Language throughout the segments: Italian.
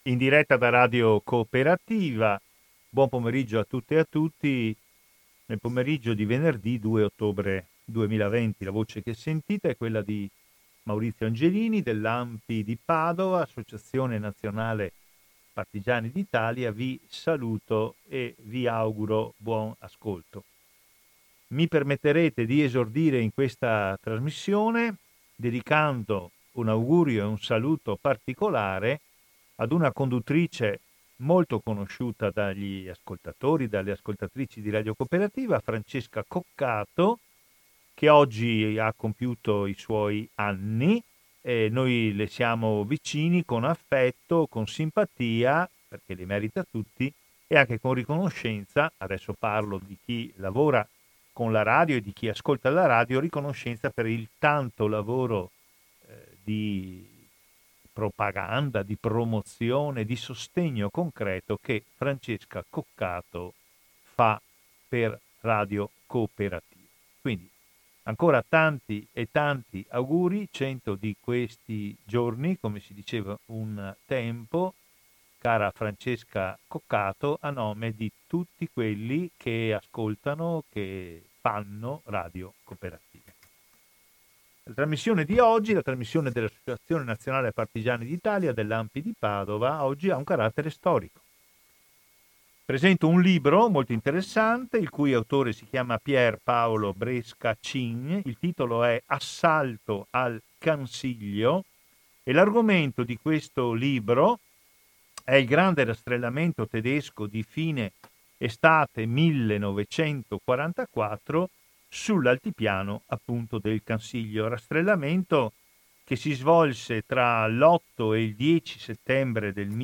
In diretta da Radio Cooperativa. Buon pomeriggio a tutte e a tutti. Nel pomeriggio di venerdì 2 ottobre 2020 la voce che sentite è quella di Maurizio Angelini dell'ANPI di Padova, Associazione Nazionale Partigiani d'Italia. Vi saluto e vi auguro buon ascolto. Mi permetterete di esordire in questa trasmissione dedicando un augurio e un saluto particolare ad una conduttrice molto conosciuta dagli ascoltatori, dalle ascoltatrici di Radio Cooperativa, Francesca Coccato, che oggi ha compiuto i suoi anni e noi le siamo vicini con affetto, con simpatia, perché li merita tutti, e anche con riconoscenza. Adesso parlo di chi lavora con la radio e di chi ascolta la radio, riconoscenza per il tanto lavoro di propaganda, di promozione, di sostegno concreto che Francesca Coccato fa per Radio Cooperativa. Quindi ancora tanti e tanti auguri, 100 di questi giorni, come si diceva un tempo, cara Francesca Coccato, a nome di tutti quelli che ascoltano, che fanno Radio Cooperativa. La trasmissione di oggi, la trasmissione dell'Associazione Nazionale Partigiani d'Italia, dell'ANPI di Padova, oggi ha un carattere storico. Presento un libro molto interessante, il cui autore si chiama Pier Paolo Bresca-Cin, il titolo è Assalto al Cansiglio e l'argomento di questo libro è il grande rastrellamento tedesco di fine estate 1944 sull'altipiano appunto del Cansiglio, rastrellamento che si svolse tra l'8 e il 10 settembre del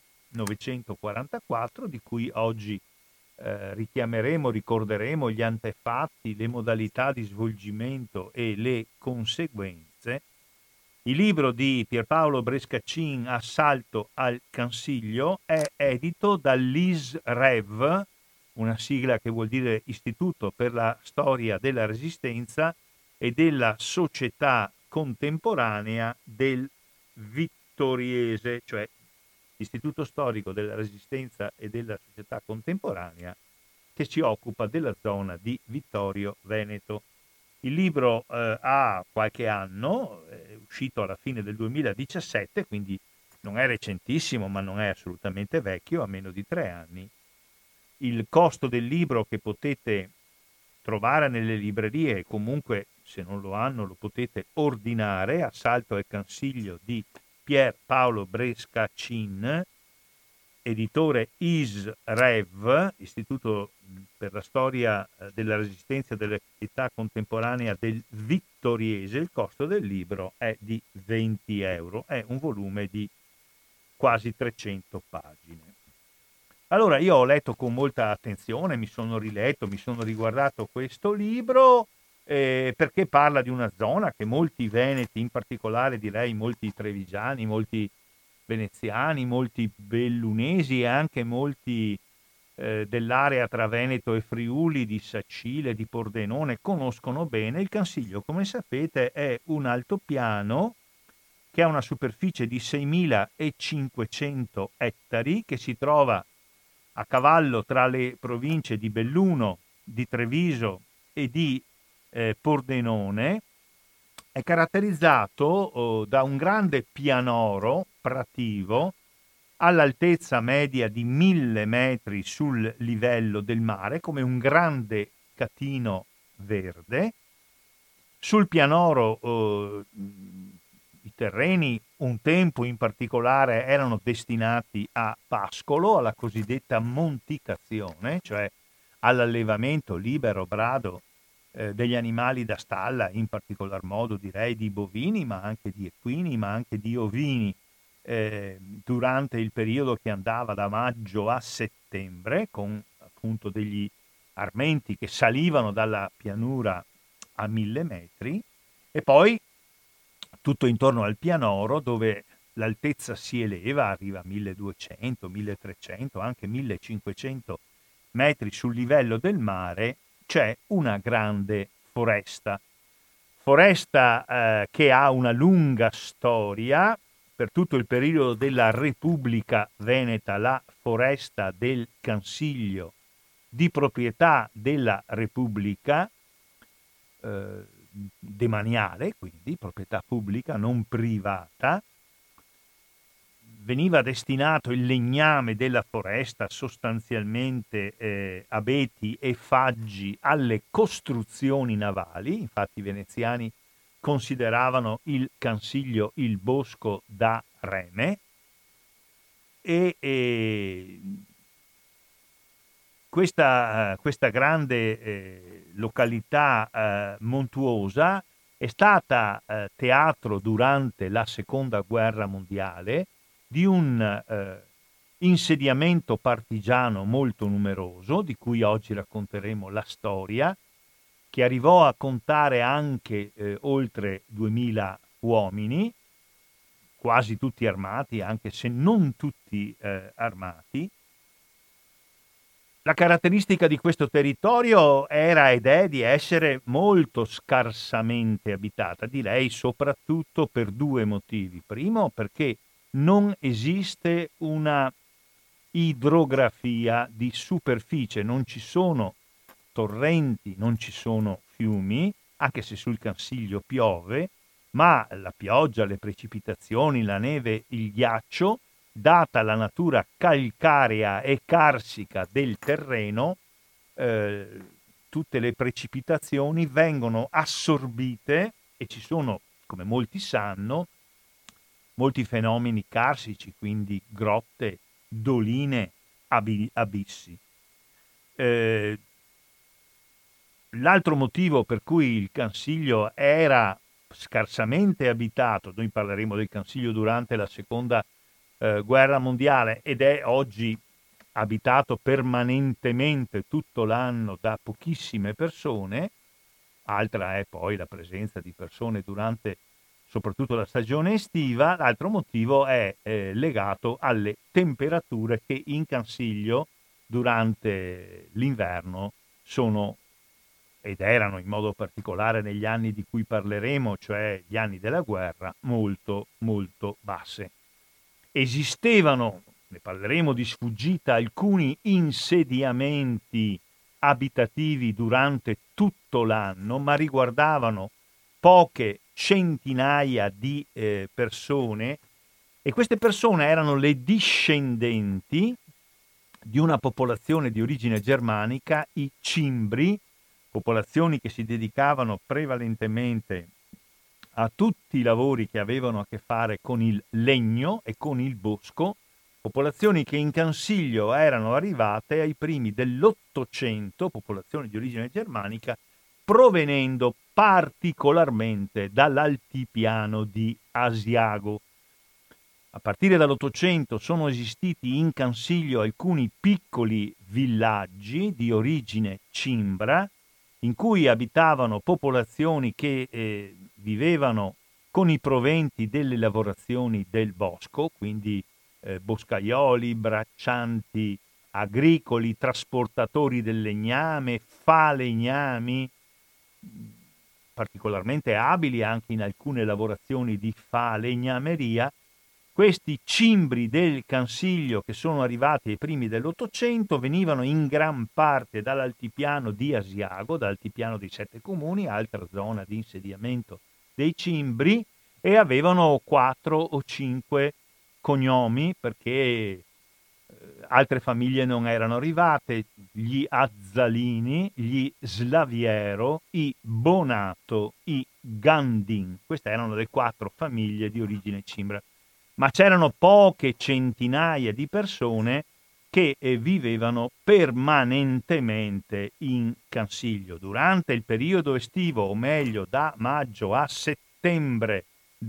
1944, di cui oggi richiameremo, ricorderemo gli antefatti, le modalità di svolgimento e le conseguenze. Il libro di Pierpaolo Brescaccin, Assalto al Cansiglio, è edito dall'ISREV, una sigla che vuol dire Istituto per la Storia della Resistenza e della Società Contemporanea del Vittoriese, cioè Istituto Storico della Resistenza e della Società Contemporanea, che si occupa della zona di Vittorio Veneto. Il libro ha qualche anno, è uscito alla fine del 2017, quindi non è recentissimo, ma non è assolutamente vecchio, ha meno di 3 anni. Il costo del libro, che potete trovare nelle librerie e comunque se non lo hanno lo potete ordinare, Assalto al Cansiglio di Pier Paolo Brescaccin, editore ISREV, Istituto per la Storia della Resistenza e dell'Età Contemporanea del Vittoriese. Il costo del libro è di 20 euro, è un volume di quasi 300 pagine. Allora, io ho letto con molta attenzione, mi sono riletto, mi sono riguardato questo libro perché parla di una zona che molti veneti, in particolare direi molti trevigiani, molti veneziani, molti bellunesi e anche molti dell'area tra Veneto e Friuli, di Sacile, di Pordenone, conoscono bene. Il Cansiglio, come sapete, è un altopiano che ha una superficie di 6.500 ettari, che si trova a cavallo tra le province di Belluno, di Treviso e di Pordenone. È caratterizzato da un grande pianoro prativo all'altezza media di 1.000 metri sul livello del mare, come un grande catino verde. Sul pianoro i terreni un tempo in particolare erano destinati a pascolo, alla cosiddetta monticazione, cioè all'allevamento libero, brado, degli animali da stalla, in particolar modo direi di bovini, ma anche di equini, ma anche di ovini, durante il periodo che andava da maggio a settembre, con appunto degli armenti che salivano dalla pianura a 1.000 metri, e poi tutto intorno al pianoro, dove l'altezza si eleva, arriva a 1.200, 1.300, anche 1.500 metri sul livello del mare, c'è una grande foresta. Foresta che ha una lunga storia, per tutto il periodo della Repubblica Veneta la foresta del Cansiglio di proprietà della Repubblica, demaniale, quindi proprietà pubblica, non privata. Veniva destinato il legname della foresta, sostanzialmente abeti e faggi, alle costruzioni navali. Infatti i veneziani consideravano il Cansiglio il bosco da reme, e questa grande località montuosa è stata teatro durante la Seconda Guerra Mondiale di un insediamento partigiano molto numeroso, di cui oggi racconteremo la storia, che arrivò a contare anche oltre 2000 uomini, quasi tutti armati, anche se non tutti armati. La caratteristica di questo territorio era ed è di essere molto scarsamente abitata, direi soprattutto per due motivi. Primo, perché non esiste una idrografia di superficie, non ci sono torrenti, non ci sono fiumi, anche se sul Cansiglio piove, ma la pioggia, le precipitazioni, la neve, il ghiaccio, data la natura calcarea e carsica del terreno, tutte le precipitazioni vengono assorbite e ci sono, come molti sanno, molti fenomeni carsici, quindi grotte, doline, abissi. L'altro motivo per cui il Cansiglio era scarsamente abitato, noi parleremo del Cansiglio durante la Seconda Guerra Mondiale, ed è oggi abitato permanentemente tutto l'anno da pochissime persone, altra è poi la presenza di persone durante soprattutto la stagione estiva. L'altro motivo è legato alle temperature che in Cansiglio durante l'inverno sono, ed erano in modo particolare negli anni di cui parleremo, cioè gli anni della guerra, molto molto basse. Esistevano, ne parleremo di sfuggita, alcuni insediamenti abitativi durante tutto l'anno, ma riguardavano poche centinaia di persone, e queste persone erano le discendenti di una popolazione di origine germanica, i Cimbri, popolazioni che si dedicavano prevalentemente a tutti i lavori che avevano a che fare con il legno e con il bosco, popolazioni che in Cansiglio erano arrivate ai primi dell'Ottocento, popolazioni di origine germanica, provenendo particolarmente dall'altipiano di Asiago. A partire dall'Ottocento sono esistiti in Cansiglio alcuni piccoli villaggi di origine cimbra, in cui abitavano popolazioni che vivevano con i proventi delle lavorazioni del bosco, quindi boscaioli, braccianti agricoli, trasportatori del legname, falegnami, particolarmente abili anche in alcune lavorazioni di falegnameria. Questi cimbri del Cansiglio, che sono arrivati ai primi dell'Ottocento, venivano in gran parte dall'altipiano di Asiago, dall'altipiano dei Sette Comuni, altra zona di insediamento dei cimbri, e avevano 4 o 5 cognomi, perché altre famiglie non erano arrivate: gli Azzalini, gli Slaviero, i Bonato, i Gandin. Queste erano le 4 famiglie di origine cimbra. Ma c'erano poche centinaia di persone che vivevano permanentemente in Cansiglio. Durante il periodo estivo, o meglio da maggio a settembre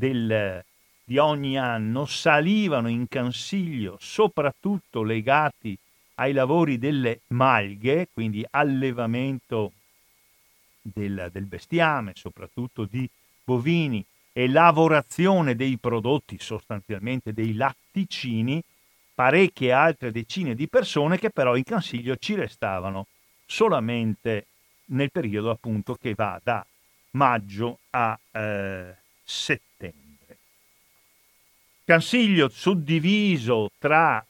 di ogni anno, salivano in Cansiglio, soprattutto legati ai lavori delle malghe, quindi allevamento del bestiame, soprattutto di bovini, e lavorazione dei prodotti, sostanzialmente dei latticini, parecchie altre decine di persone che però in Cansiglio ci restavano solamente nel periodo appunto che va da maggio a settembre. Cansiglio suddiviso tra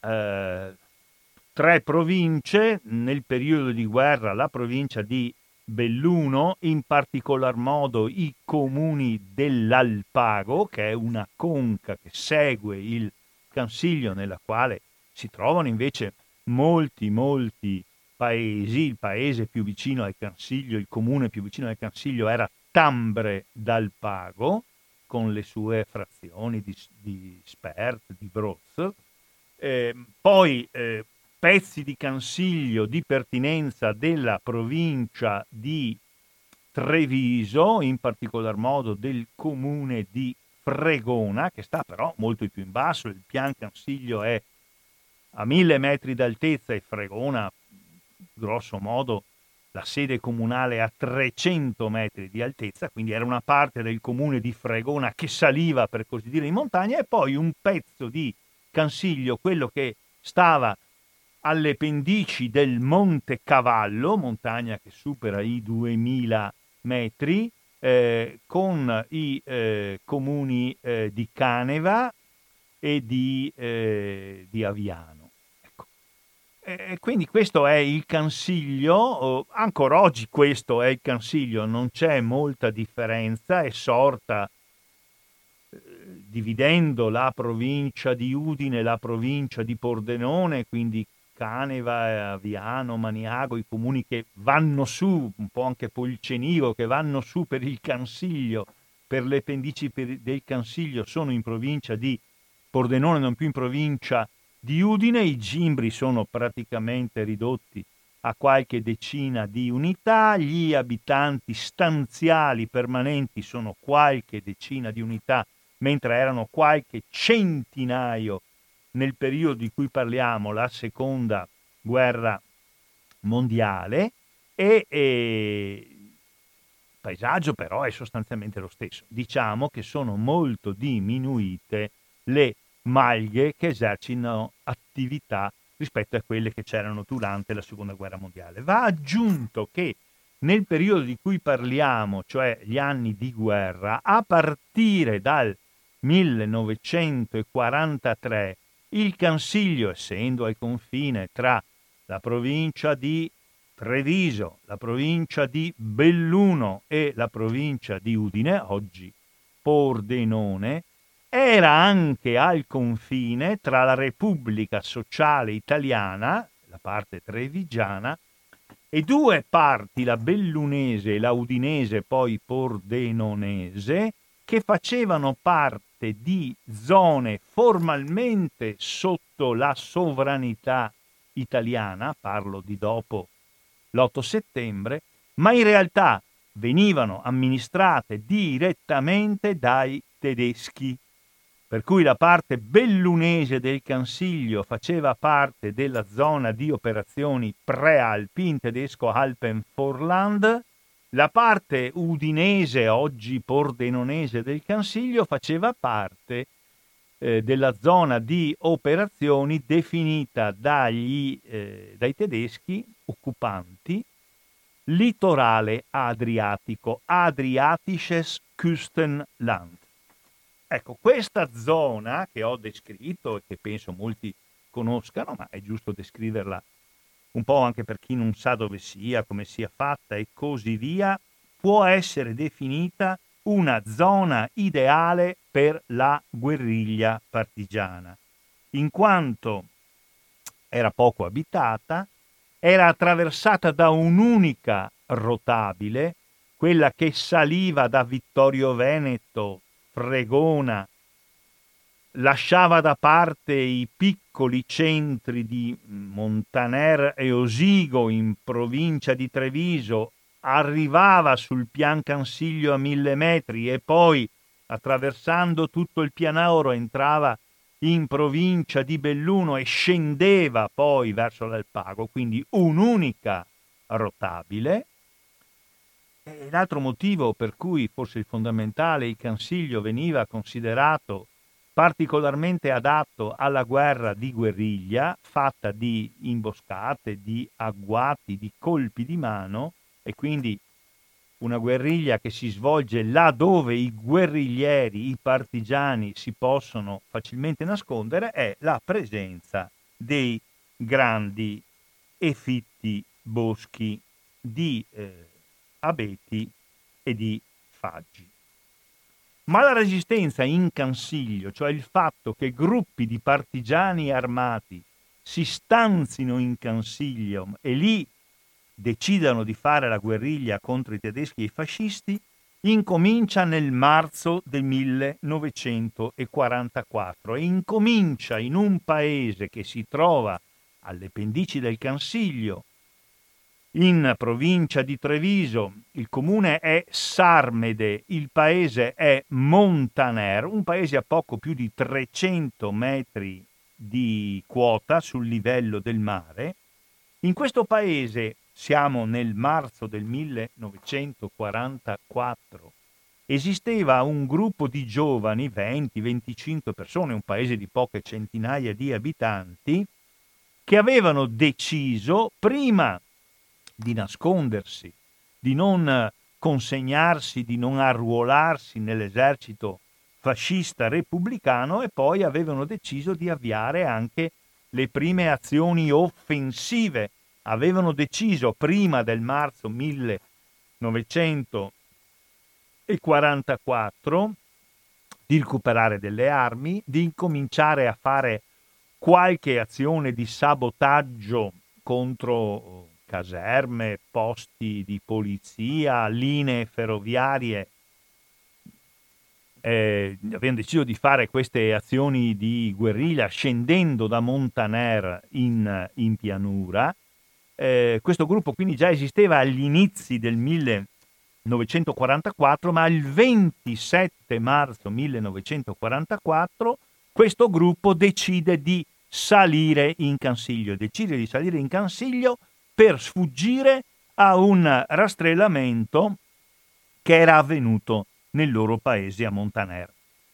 3 province, nel periodo di guerra la provincia di Belluno, in particolar modo i comuni dell'Alpago, che è una conca che segue il Cansiglio, nella quale si trovano invece molti paesi. Il paese più vicino al Cansiglio, il comune più vicino al Cansiglio era Tambre d'Alpago, con le sue frazioni di Spert, di Broz. Poi pezzi di Cansiglio di pertinenza della provincia di Treviso, in particolar modo del comune di Fregona, che sta però molto più in basso. Il Pian Cansiglio è a 1000 metri d'altezza e Fregona, grosso modo, la sede comunale a 300 metri di altezza, quindi era una parte del comune di Fregona che saliva, per così dire, in montagna, e poi un pezzo di Cansiglio, quello che stava alle pendici del Monte Cavallo, montagna che supera i 2000 metri, con i comuni di Caneva e di Aviano. Ecco. Quindi questo è il Cansiglio, ancora oggi questo è il Cansiglio, non c'è molta differenza, è sorta dividendo la provincia di Udine e la provincia di Pordenone, quindi Caneva, Aviano, Maniago, i comuni che vanno su, un po' anche Polcenigo, che vanno su per il Cansiglio, per le pendici del Cansiglio, sono in provincia di Pordenone, non più in provincia di Udine. I Gimbri sono praticamente ridotti a qualche decina di unità, gli abitanti stanziali permanenti sono qualche decina di unità, mentre erano qualche centinaio nel periodo di cui parliamo, la seconda guerra mondiale, e il paesaggio però è sostanzialmente lo stesso. Diciamo che sono molto diminuite le malghe che esercitano attività rispetto a quelle che c'erano durante la seconda guerra mondiale. Va aggiunto che nel periodo di cui parliamo, cioè gli anni di guerra, a partire dal 1943, il Cansiglio, essendo al confine tra la provincia di Treviso, la provincia di Belluno e la provincia di Udine, oggi Pordenone, era anche al confine tra la Repubblica Sociale Italiana, la parte trevigiana, e due parti, la bellunese e la udinese, poi pordenonese, che facevano parte di zone formalmente sotto la sovranità italiana, parlo di dopo l'8 settembre, ma in realtà venivano amministrate direttamente dai tedeschi. Per cui la parte bellunese del Cansiglio faceva parte della zona di operazioni prealpi, in tedesco Alpenvorland. La parte udinese, oggi pordenonese, del Cansiglio faceva parte della zona di operazioni definita dai tedeschi occupanti litorale adriatico, Adriatisches Küstenland. Ecco, questa zona che ho descritto e che penso molti conoscano, ma è giusto descriverla un po' anche per chi non sa dove sia, come sia fatta e così via, può essere definita una zona ideale per la guerriglia partigiana, in quanto era poco abitata, era attraversata da un'unica rotabile, quella che saliva da Vittorio Veneto, Fregona, lasciava da parte i piccoli centri di Montaner e Osigo in provincia di Treviso, arrivava sul Pian Cansiglio a 1000 metri e poi, attraversando tutto il pianoro, entrava in provincia di Belluno e scendeva poi verso l'Alpago, quindi un'unica rotabile. E l'altro motivo per cui, forse il fondamentale, il Cansiglio veniva considerato particolarmente adatto alla guerra di guerriglia, fatta di imboscate, di agguati, di colpi di mano, e quindi una guerriglia che si svolge là dove i guerriglieri, i partigiani si possono facilmente nascondere, è la presenza dei grandi e fitti boschi di abeti e di faggi. Ma la resistenza in Cansiglio, cioè il fatto che gruppi di partigiani armati si stanzino in Cansiglio e lì decidano di fare la guerriglia contro i tedeschi e i fascisti, incomincia nel marzo del 1944 e incomincia in un paese che si trova alle pendici del Cansiglio, in provincia di Treviso. Il comune è Sarmede, il paese è Montaner, un paese a poco più di 300 metri di quota sul livello del mare. In questo paese, siamo nel marzo del 1944, esisteva un gruppo di giovani, 20-25 persone, un paese di poche centinaia di abitanti, che avevano deciso, prima di nascondersi, di non consegnarsi, di non arruolarsi nell'esercito fascista repubblicano, e poi avevano deciso di avviare anche le prime azioni offensive. Avevano deciso prima del marzo 1944 di recuperare delle armi, di incominciare a fare qualche azione di sabotaggio contro caserme, posti di polizia, linee ferroviarie. Abbiamo deciso di fare queste azioni di guerriglia scendendo da Montaner in pianura. Questo gruppo quindi già esisteva agli inizi del 1944, ma il 27 marzo 1944 questo gruppo decide di salire in Cansiglio, per sfuggire a un rastrellamento che era avvenuto nel loro paese a Montaner.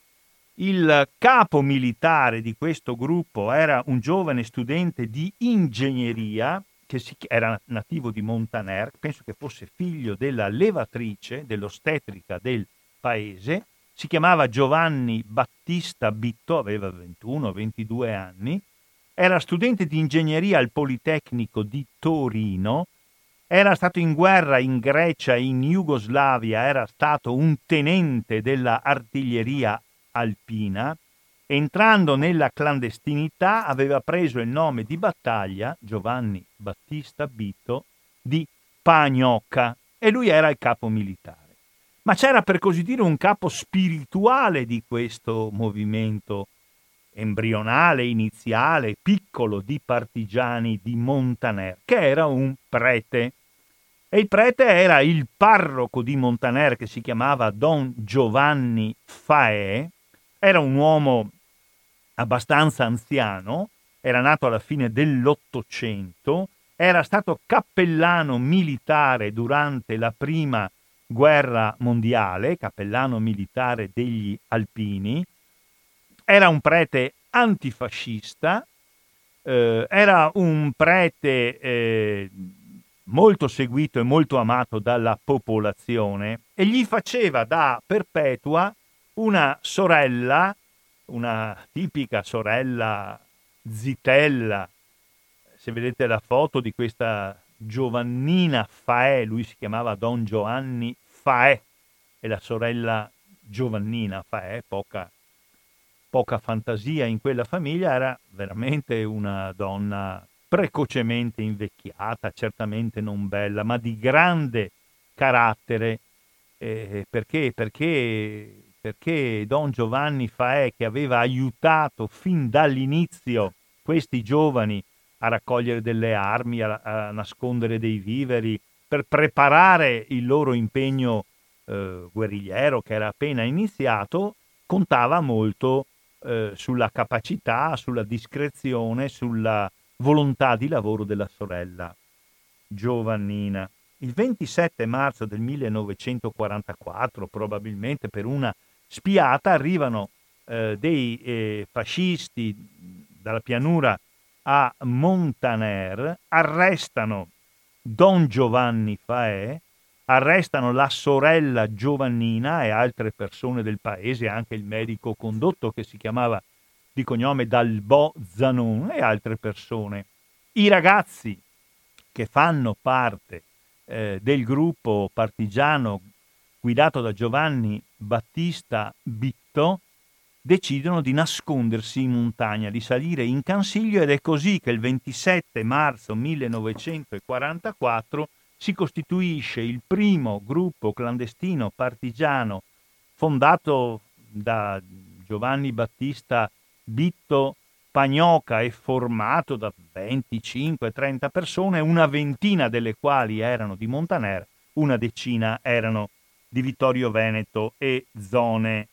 Il capo militare di questo gruppo era un giovane studente di ingegneria che era nativo di Montaner, penso che fosse figlio della levatrice, dell'ostetrica del paese, si chiamava Giovanni Battista Bitto, aveva 21-22 anni, era studente di ingegneria al Politecnico di Torino, era stato in guerra in Grecia e in Jugoslavia, era stato un tenente della artiglieria alpina. Entrando nella clandestinità aveva preso il nome di battaglia, Giovanni Battista Bitto, di Pagnocca, e lui era il capo militare. Ma c'era, per così dire, un capo spirituale di questo movimento embrionale, iniziale, piccolo di partigiani di Montaner, che era un prete. E il prete era il parroco di Montaner, che si chiamava Don Giovanni Faè. Era un uomo abbastanza anziano, era nato alla fine dell'Ottocento, era stato cappellano militare durante la prima guerra mondiale, cappellano militare degli Alpini, era un prete antifascista, era un prete molto seguito e molto amato dalla popolazione, e gli faceva da perpetua una sorella, una tipica sorella zitella. Se vedete la foto di questa Giovannina Faè, lui si chiamava Don Giovanni Faè, e la sorella Giovannina Faè, poca fantasia in quella famiglia, era veramente una donna precocemente invecchiata, certamente non bella, ma di grande carattere, perché Don Giovanni Faè, che aveva aiutato fin dall'inizio questi giovani a raccogliere delle armi, a nascondere dei viveri, per preparare il loro impegno guerrigliero che era appena iniziato, contava molto sulla capacità, sulla discrezione, sulla volontà di lavoro della sorella Giovannina. Il 27 marzo del 1944, probabilmente per una spiata, arrivano dei fascisti dalla pianura a Montaner, arrestano Don Giovanni Faè, arrestano la sorella Giovannina e altre persone del paese, anche il medico condotto che si chiamava di cognome Dalbò Zanon e altre persone. I ragazzi che fanno parte del gruppo partigiano guidato da Giovanni Battista Bitto decidono di nascondersi in montagna, di salire in Cansiglio, ed è così che il 27 marzo 1944 si costituisce il primo gruppo clandestino partigiano fondato da Giovanni Battista Bitto Pagnoca e formato da 25-30 persone, una ventina delle quali erano di Montaner, una decina erano di Vittorio Veneto e zone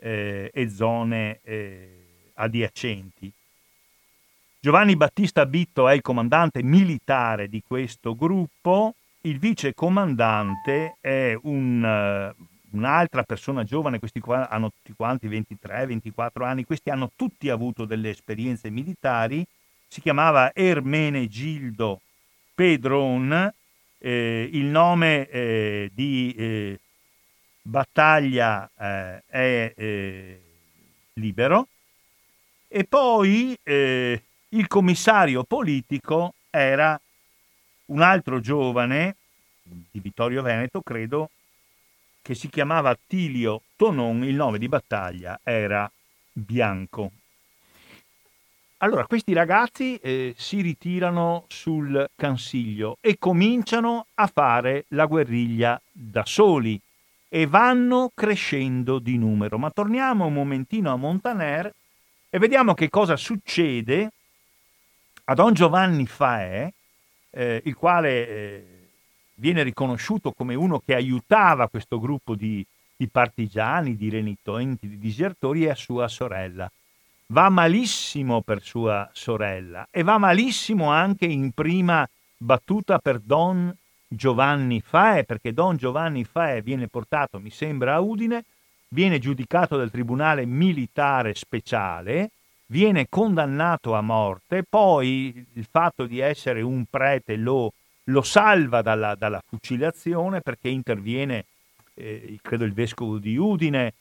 adiacenti. Giovanni Battista Bitto è il comandante militare di questo gruppo, il vicecomandante è un'altra persona giovane, questi qua hanno tutti quanti 23-24 anni, questi hanno tutti avuto delle esperienze militari, si chiamava Ermenegildo Pedron, il nome di battaglia è libero, e poi il commissario politico era un altro giovane di Vittorio Veneto, credo, che si chiamava Attilio Tonon, il nome di battaglia era Bianco. Allora, questi ragazzi si ritirano sul Cansiglio e cominciano a fare la guerriglia da soli e vanno crescendo di numero. Ma torniamo un momentino a Montaner e vediamo che cosa succede a Don Giovanni Faè, il quale viene riconosciuto come uno che aiutava questo gruppo di partigiani, di renitenti, di disertori, e a sua sorella. Va malissimo per sua sorella e va malissimo anche in prima battuta per Don Giovanni Faè, perché Don Giovanni Faè viene portato, mi sembra, a Udine, viene giudicato dal Tribunale Militare Speciale, viene condannato a morte, poi il fatto di essere un prete lo salva dalla fucilazione, perché interviene, credo, il vescovo di Udine,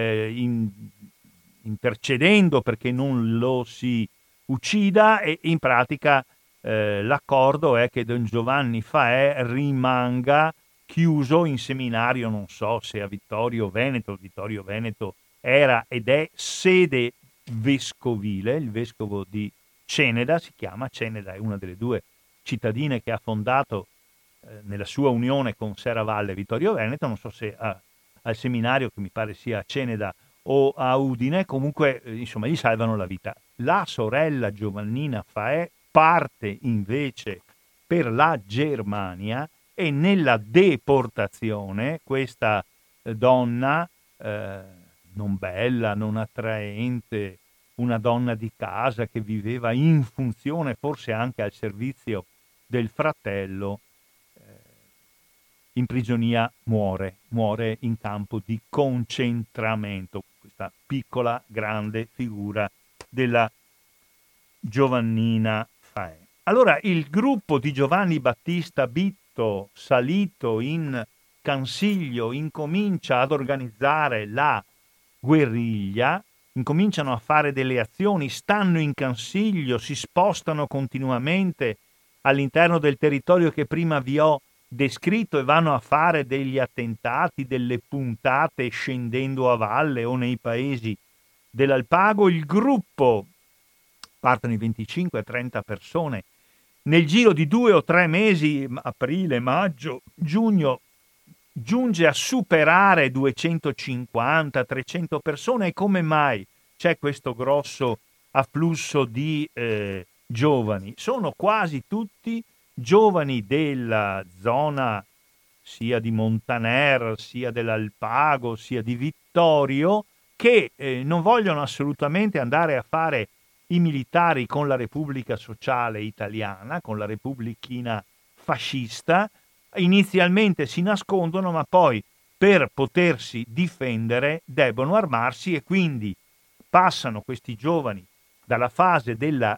intercedendo perché non lo si uccida, e in pratica l'accordo è che Don Giovanni Faè rimanga chiuso in seminario, non so se a Vittorio Veneto. Vittorio Veneto era ed è sede vescovile, il vescovo di Ceneda si chiama, Ceneda è una delle due cittadine che ha fondato nella sua unione con Serravalle Vittorio Veneto, non so se al seminario, che mi pare sia a Ceneda o a Udine, comunque insomma gli salvano la vita. La sorella Giovannina Faè parte invece per la Germania e nella deportazione questa donna non bella, non attraente, una donna di casa che viveva in funzione forse anche al servizio del fratello, in prigionia muore in campo di concentramento, questa piccola grande figura della Giovannina Faè. Allora il gruppo di Giovanni Battista Bitto, salito in Cansiglio, incomincia ad organizzare la guerriglia, incominciano a fare delle azioni, stanno in Cansiglio, si spostano continuamente all'interno del territorio che prima vi ho descritto e vanno a fare degli attentati, delle puntate scendendo a valle o nei paesi dell'Alpago. Il gruppo, partono i 25-30 persone, nel giro di 2 o 3 mesi, aprile, maggio, giugno, giunge a superare 250-300 persone. E come mai c'è questo grosso afflusso di giovani? Sono quasi tutti giovani della zona sia di Montaner, sia dell'Alpago, sia di Vittorio, che non vogliono assolutamente andare a fare i militari con la Repubblica Sociale Italiana, con la Repubblichina fascista. Inizialmente si nascondono, ma poi per potersi difendere debbono armarsi, e quindi passano questi giovani dalla fase della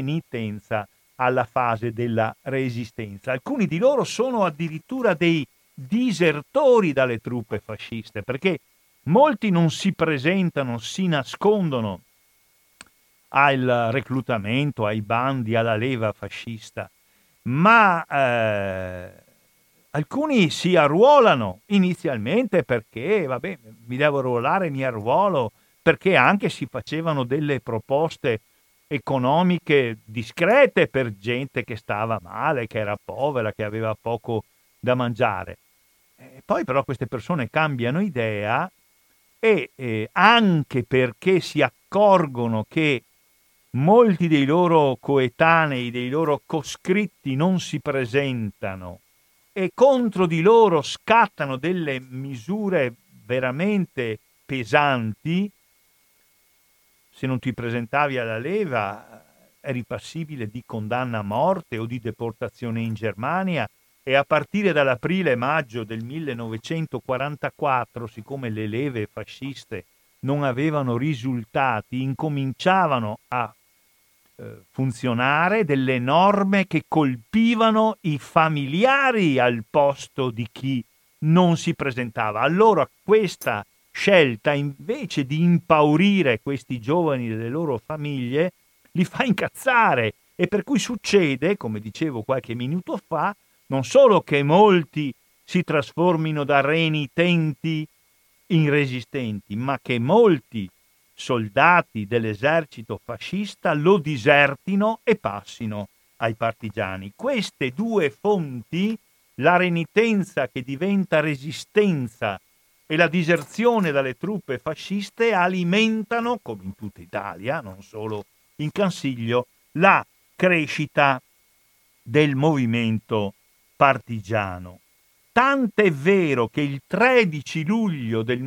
renitenza alla fase della resistenza. Alcuni di loro sono addirittura dei disertori dalle truppe fasciste, perché molti non si presentano, si nascondono al reclutamento, ai bandi, alla leva fascista, ma alcuni si arruolano inizialmente perché, vabbè, mi devo arruolare, mi arruolo, perché anche si facevano delle proposte economiche discrete per gente che stava male, che era povera, che aveva poco da mangiare. Poi però queste persone cambiano idea e anche perché si accorgono che molti dei loro coetanei, dei loro coscritti non si presentano e contro di loro scattano delle misure veramente pesanti. Se non ti presentavi alla leva eri passibile di condanna a morte o di deportazione in Germania, e a partire dall'aprile-maggio del 1944, siccome le leve fasciste non avevano risultati, incominciavano a funzionare delle norme che colpivano i familiari al posto di chi non si presentava. Allora questa scelta, invece di impaurire questi giovani delle loro famiglie, li fa incazzare, e per cui succede, come dicevo qualche minuto fa, non solo che molti si trasformino da renitenti in resistenti, ma che molti soldati dell'esercito fascista lo disertino e passino ai partigiani. Queste due fonti, la renitenza che diventa resistenza e la diserzione dalle truppe fasciste, alimentano, come in tutta Italia, non solo in Consiglio, la crescita del movimento partigiano. Tant'è vero che il 13 luglio del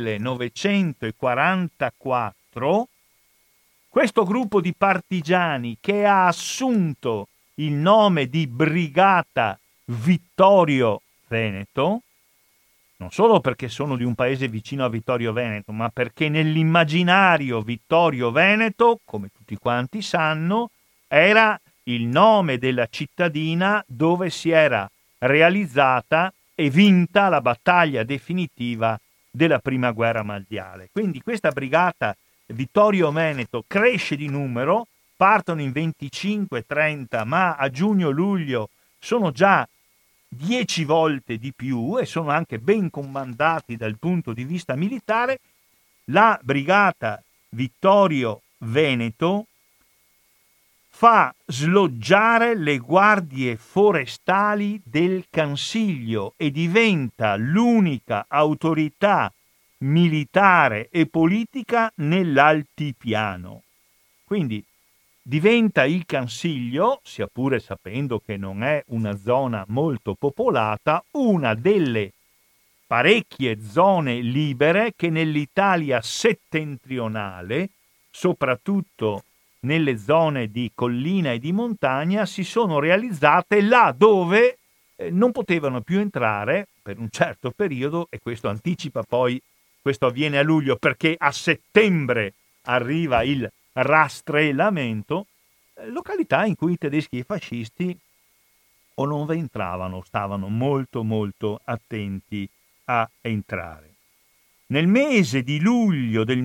1944 questo gruppo di partigiani, che ha assunto il nome di Brigata Vittorio Veneto, non solo perché sono di un paese vicino a Vittorio Veneto, ma perché nell'immaginario Vittorio Veneto, come tutti quanti sanno, era il nome della cittadina dove si era realizzata e vinta la battaglia definitiva della Prima Guerra Mondiale. Quindi questa brigata Vittorio Veneto cresce di numero, partono in 25-30, ma a giugno-luglio sono già 10 volte di più e sono anche ben comandati dal punto di vista militare. La brigata Vittorio Veneto fa sloggiare le guardie forestali del Consiglio e diventa l'unica autorità militare e politica nell'altipiano. Quindi diventa il Consiglio, sia pure sapendo che non è una zona molto popolata, una delle parecchie zone libere che nell'Italia settentrionale, soprattutto nelle zone di collina e di montagna, si sono realizzate là dove non potevano più entrare per un certo periodo, e questo anticipa poi, questo avviene a luglio perché a settembre arriva il rastrellamento, località in cui i tedeschi e i fascisti o non entravano, stavano molto molto attenti a entrare. Nel mese di luglio del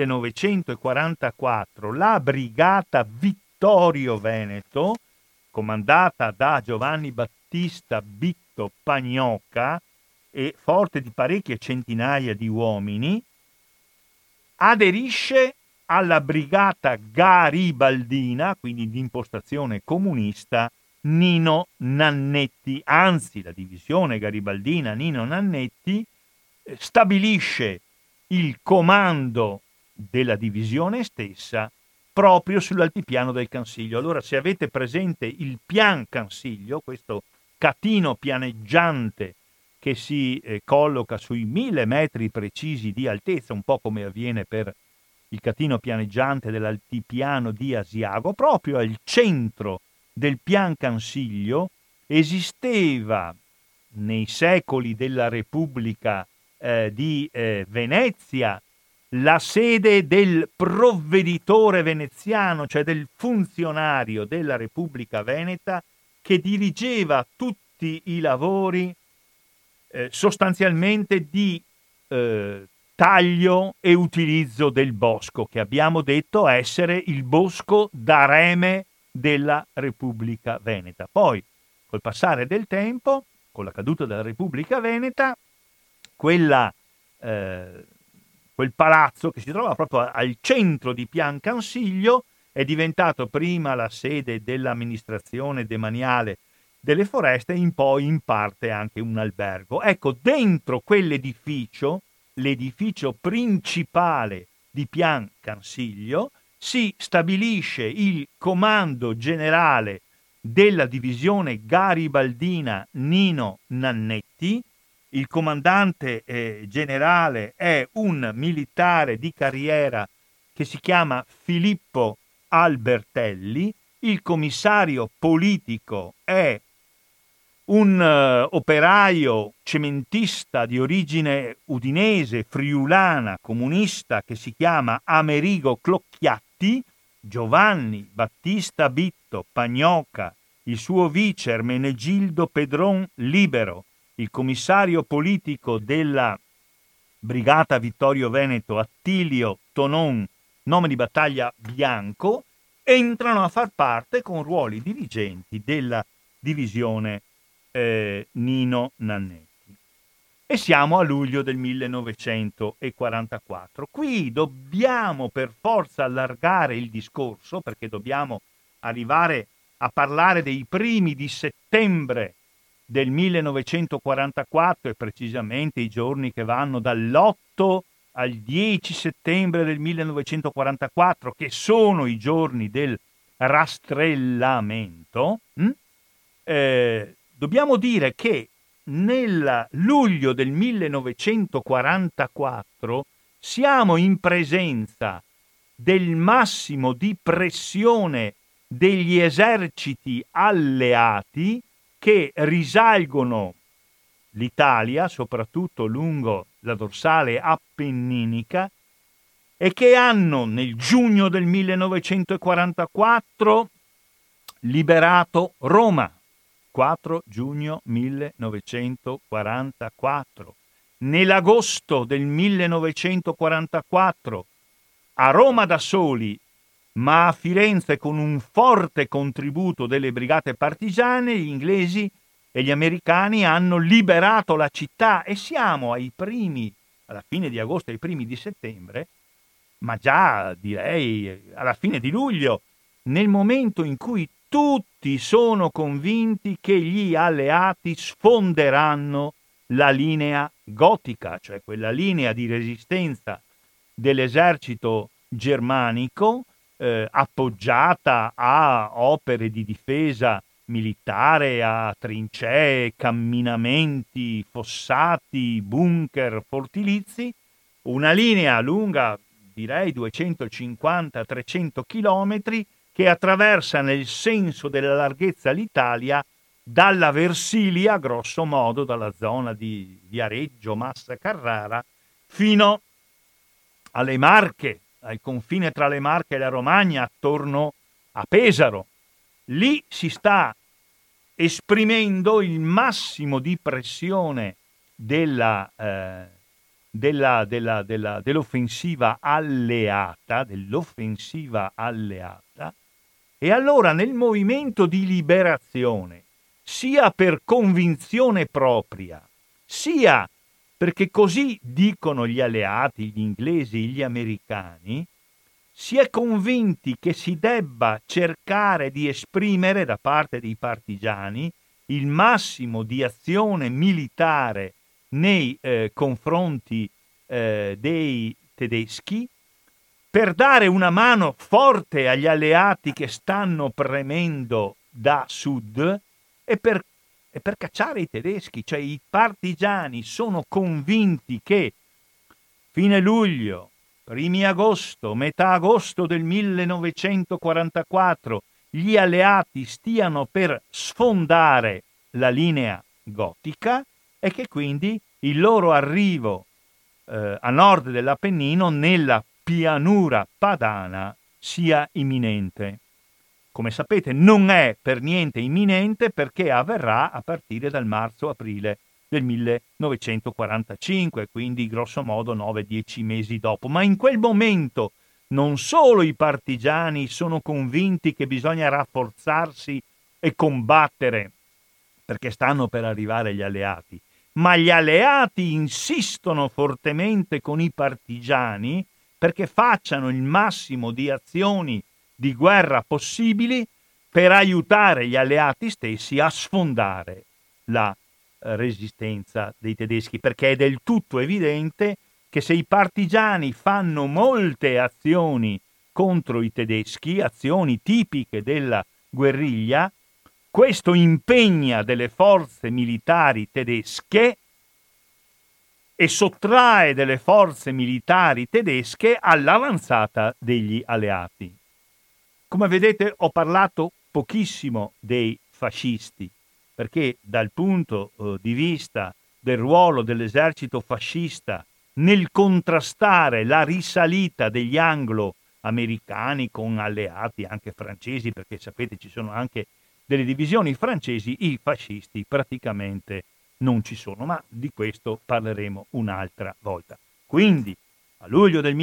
1944 la brigata Vittorio Veneto, comandata da Giovanni Battista Bitto Pagnocca e forte di parecchie centinaia di uomini, aderisce alla brigata garibaldina, quindi di impostazione comunista, Nino Nannetti. Anzi, la divisione garibaldina Nino Nannetti stabilisce il comando della divisione stessa proprio sull'altipiano del Consiglio. Allora, se avete presente il Pian Consiglio, questo catino pianeggiante che si colloca sui 1000 metri precisi di altezza, un po' come avviene per il catino pianeggiante dell'altipiano di Asiago, proprio al centro del Pian Consiglio esisteva nei secoli della Repubblica di Venezia la sede del provveditore veneziano, cioè del funzionario della Repubblica Veneta che dirigeva tutti i lavori sostanzialmente di taglio e utilizzo del bosco, che abbiamo detto essere il bosco d'areme della Repubblica Veneta. Poi, col passare del tempo, con la caduta della Repubblica Veneta, quel palazzo che si trova proprio al centro di Pian Cansiglio è diventato prima la sede dell'amministrazione demaniale delle foreste e poi in parte anche un albergo. Ecco, dentro quell'edificio, l'edificio principale di Pian Cansiglio, si stabilisce il comando generale della divisione garibaldina Nino Nannetti. Il comandante generale è un militare di carriera che si chiama Filippo Albertelli. Il commissario politico è un operaio cementista di origine udinese, friulana, comunista, che si chiama Amerigo Clocchiatti. Giovanni Battista Bitto Pagnocca, il suo vice Ermenegildo Pedron Libero, il commissario politico della Brigata Vittorio Veneto Attilio Tonon, nome di battaglia Bianco, entrano a far parte con ruoli dirigenti della divisione Nino Nannetti. E siamo a luglio del 1944. Qui dobbiamo per forza allargare il discorso, perché dobbiamo arrivare a parlare dei primi di settembre del 1944 e precisamente i giorni che vanno dall'8 al 10 settembre del 1944, che sono i giorni del rastrellamento. Dobbiamo dire che nel luglio del 1944 siamo in presenza del massimo di pressione degli eserciti alleati che risalgono l'Italia, soprattutto lungo la dorsale appenninica, e che hanno nel giugno del 1944 liberato Roma. 4 giugno 1944. Nell'agosto del 1944, a Roma da soli, ma a Firenze con un forte contributo delle brigate partigiane, gli inglesi e gli americani hanno liberato la città e siamo alla fine di agosto, ai primi di settembre, ma già direi alla fine di luglio, nel momento in cui tutti sono convinti che gli alleati sfonderanno la linea gotica, cioè quella linea di resistenza dell'esercito germanico appoggiata a opere di difesa militare, a trincee, camminamenti, fossati, bunker, fortilizi, una linea lunga direi 250-300 chilometri che attraversa nel senso della larghezza l'Italia dalla Versilia, grosso modo dalla zona di Viareggio, Massa Carrara, fino alle Marche, al confine tra le Marche e la Romagna, attorno a Pesaro. Lì si sta esprimendo il massimo di pressione dell'offensiva alleata, e allora nel movimento di liberazione, sia per convinzione propria, sia perché così dicono gli alleati, gli inglesi, gli americani, si è convinti che si debba cercare di esprimere da parte dei partigiani il massimo di azione militare nei confronti dei tedeschi, per dare una mano forte agli alleati che stanno premendo da sud e per cacciare i tedeschi. Cioè i partigiani sono convinti che fine luglio, primi agosto, metà agosto del 1944 gli alleati stiano per sfondare la linea gotica e che quindi il loro arrivo a nord dell'Appennino, nella pianura padana, sia imminente. Come sapete non è per niente imminente, perché avverrà a partire dal marzo-aprile del 1945, quindi grosso modo 9-10 mesi dopo. Ma in quel momento non solo i partigiani sono convinti che bisogna rafforzarsi e combattere perché stanno per arrivare gli alleati, ma gli alleati insistono fortemente con i partigiani perché facciano il massimo di azioni di guerra possibili per aiutare gli alleati stessi a sfondare la resistenza dei tedeschi, perché è del tutto evidente che se i partigiani fanno molte azioni contro i tedeschi, azioni tipiche della guerriglia, questo impegna delle forze militari tedesche e sottrae delle forze militari tedesche all'avanzata degli alleati. Come vedete, ho parlato pochissimo dei fascisti, perché dal punto di vista del ruolo dell'esercito fascista nel contrastare la risalita degli anglo-americani con alleati anche francesi, perché sapete ci sono anche delle divisioni francesi, i fascisti praticamente non ci sono, ma di questo parleremo un'altra volta. Quindi, a luglio del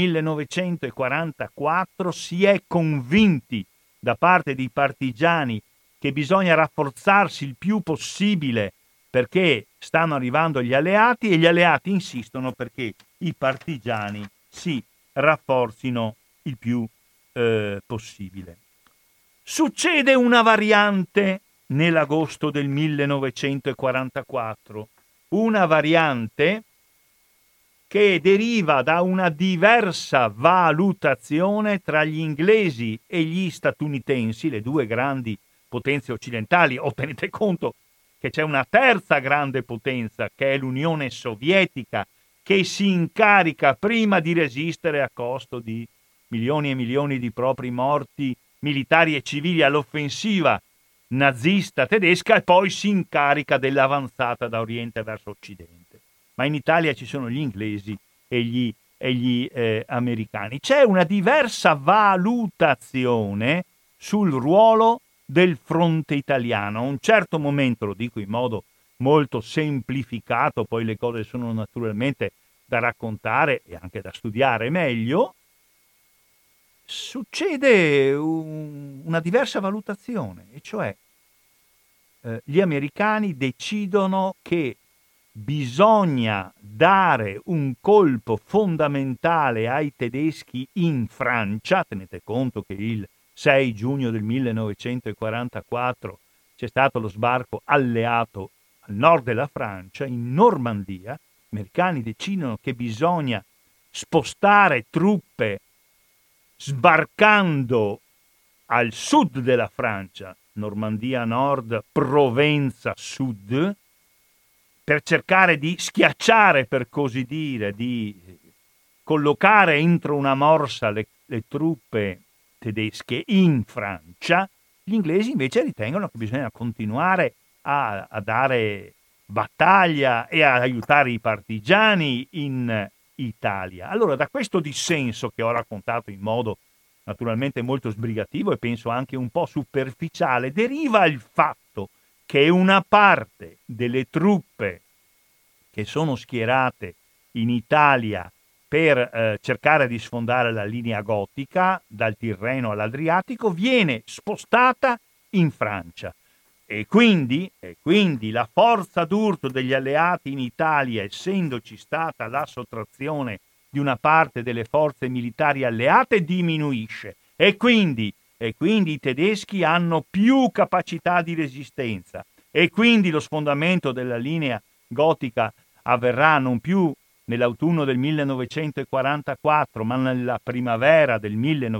1944 si è convinti da parte dei partigiani che bisogna rafforzarsi il più possibile perché stanno arrivando gli alleati e gli alleati insistono perché i partigiani si rafforzino il più possibile. Succede una variante nell'agosto del 1944, una variante che deriva da una diversa valutazione tra gli inglesi e gli statunitensi, le due grandi potenze occidentali. O tenete conto che c'è una terza grande potenza, che è l'Unione Sovietica, che si incarica prima di resistere a costo di milioni e milioni di propri morti militari e civili all'offensiva nazista tedesca e poi si incarica dell'avanzata da oriente verso occidente. Ma in Italia ci sono gli inglesi e gli americani. C'è una diversa valutazione sul ruolo del fronte italiano. A un certo momento, lo dico in modo molto semplificato, poi le cose sono naturalmente da raccontare e anche da studiare meglio, succede una diversa valutazione, e cioè gli americani decidono che bisogna dare un colpo fondamentale ai tedeschi in Francia. Tenete conto che il 6 giugno del 1944 c'è stato lo sbarco alleato al nord della Francia, in Normandia. Gli americani decidono che bisogna spostare truppe sbarcando al sud della Francia, Normandia nord, Provenza sud, per cercare di schiacciare, per così dire, di collocare entro una morsa le truppe tedesche in Francia. Gli inglesi invece ritengono che bisogna continuare a dare battaglia e a aiutare i partigiani in Italia. Allora, da questo dissenso che ho raccontato in modo naturalmente molto sbrigativo e penso anche un po' superficiale, deriva il fatto che una parte delle truppe che sono schierate in Italia per cercare di sfondare la linea gotica dal Tirreno all'Adriatico viene spostata in Francia. E quindi la forza d'urto degli alleati in Italia, essendoci stata la sottrazione di una parte delle forze militari alleate, diminuisce. E quindi i tedeschi hanno più capacità di resistenza. E quindi lo sfondamento della linea gotica avverrà non più nell'autunno del 1944, ma nella primavera del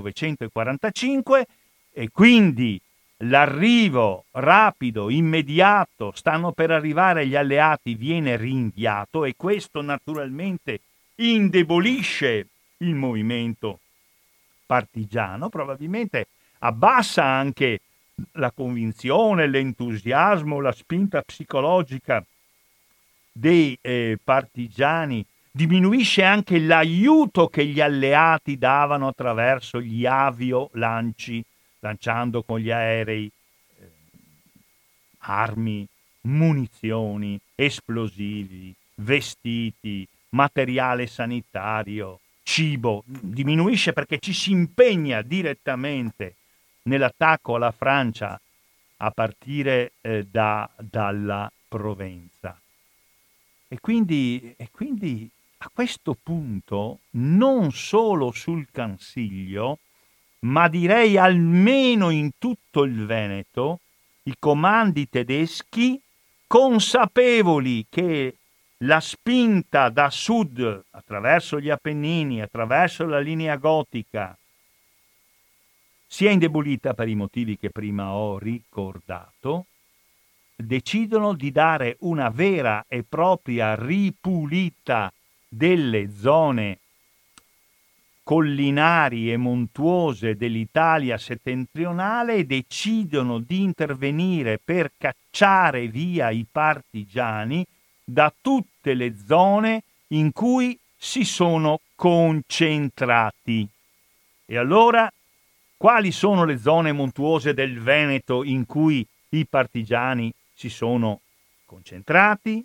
1945, e quindi l'arrivo rapido, immediato, stanno per arrivare gli alleati, viene rinviato, e questo naturalmente indebolisce il movimento partigiano, probabilmente abbassa anche la convinzione, l'entusiasmo, la spinta psicologica dei partigiani, diminuisce anche l'aiuto che gli alleati davano attraverso gli aviolanci, lanciando con gli aerei armi munizioni, esplosivi, vestiti, materiale sanitario, cibo. Diminuisce perché ci si impegna direttamente nell'attacco alla Francia a partire dalla Provenza. E quindi a questo punto non solo sul Cansiglio, ma direi almeno in tutto il Veneto, i comandi tedeschi, consapevoli che la spinta da sud, attraverso gli Appennini, attraverso la linea gotica, si è indebolita per i motivi che prima ho ricordato, decidono di dare una vera e propria ripulita delle zone collinari e montuose dell'Italia settentrionale e decidono di intervenire per cacciare via i partigiani da tutte le zone in cui si sono concentrati. E allora, quali sono le zone montuose del Veneto in cui i partigiani si sono concentrati?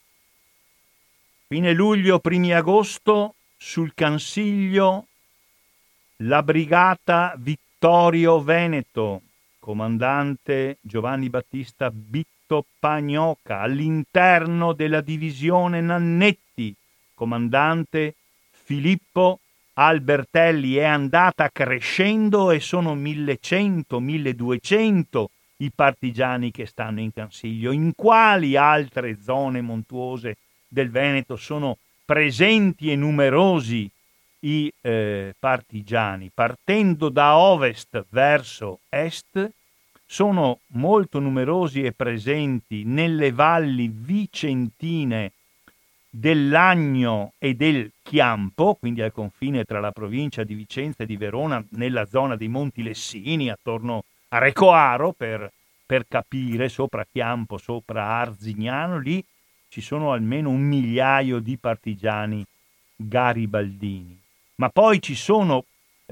Fine luglio, primi agosto, sul Cansiglio, la brigata Vittorio Veneto, comandante Giovanni Battista Bitto Pagnoca, all'interno della divisione Nannetti, comandante Filippo Albertelli, è andata crescendo e sono 1100-1200 i partigiani che stanno in Cansiglio. In quali altre zone montuose del Veneto sono presenti e numerosi i partigiani? Partendo da ovest verso est, sono molto numerosi e presenti nelle valli vicentine dell'Agno e del Chiampo, quindi al confine tra la provincia di Vicenza e di Verona, nella zona dei Monti Lessini, attorno a Recoaro, per capire, sopra Chiampo, sopra Arzignano. Lì ci sono almeno 1.000.000 di partigiani garibaldini. Ma poi ci sono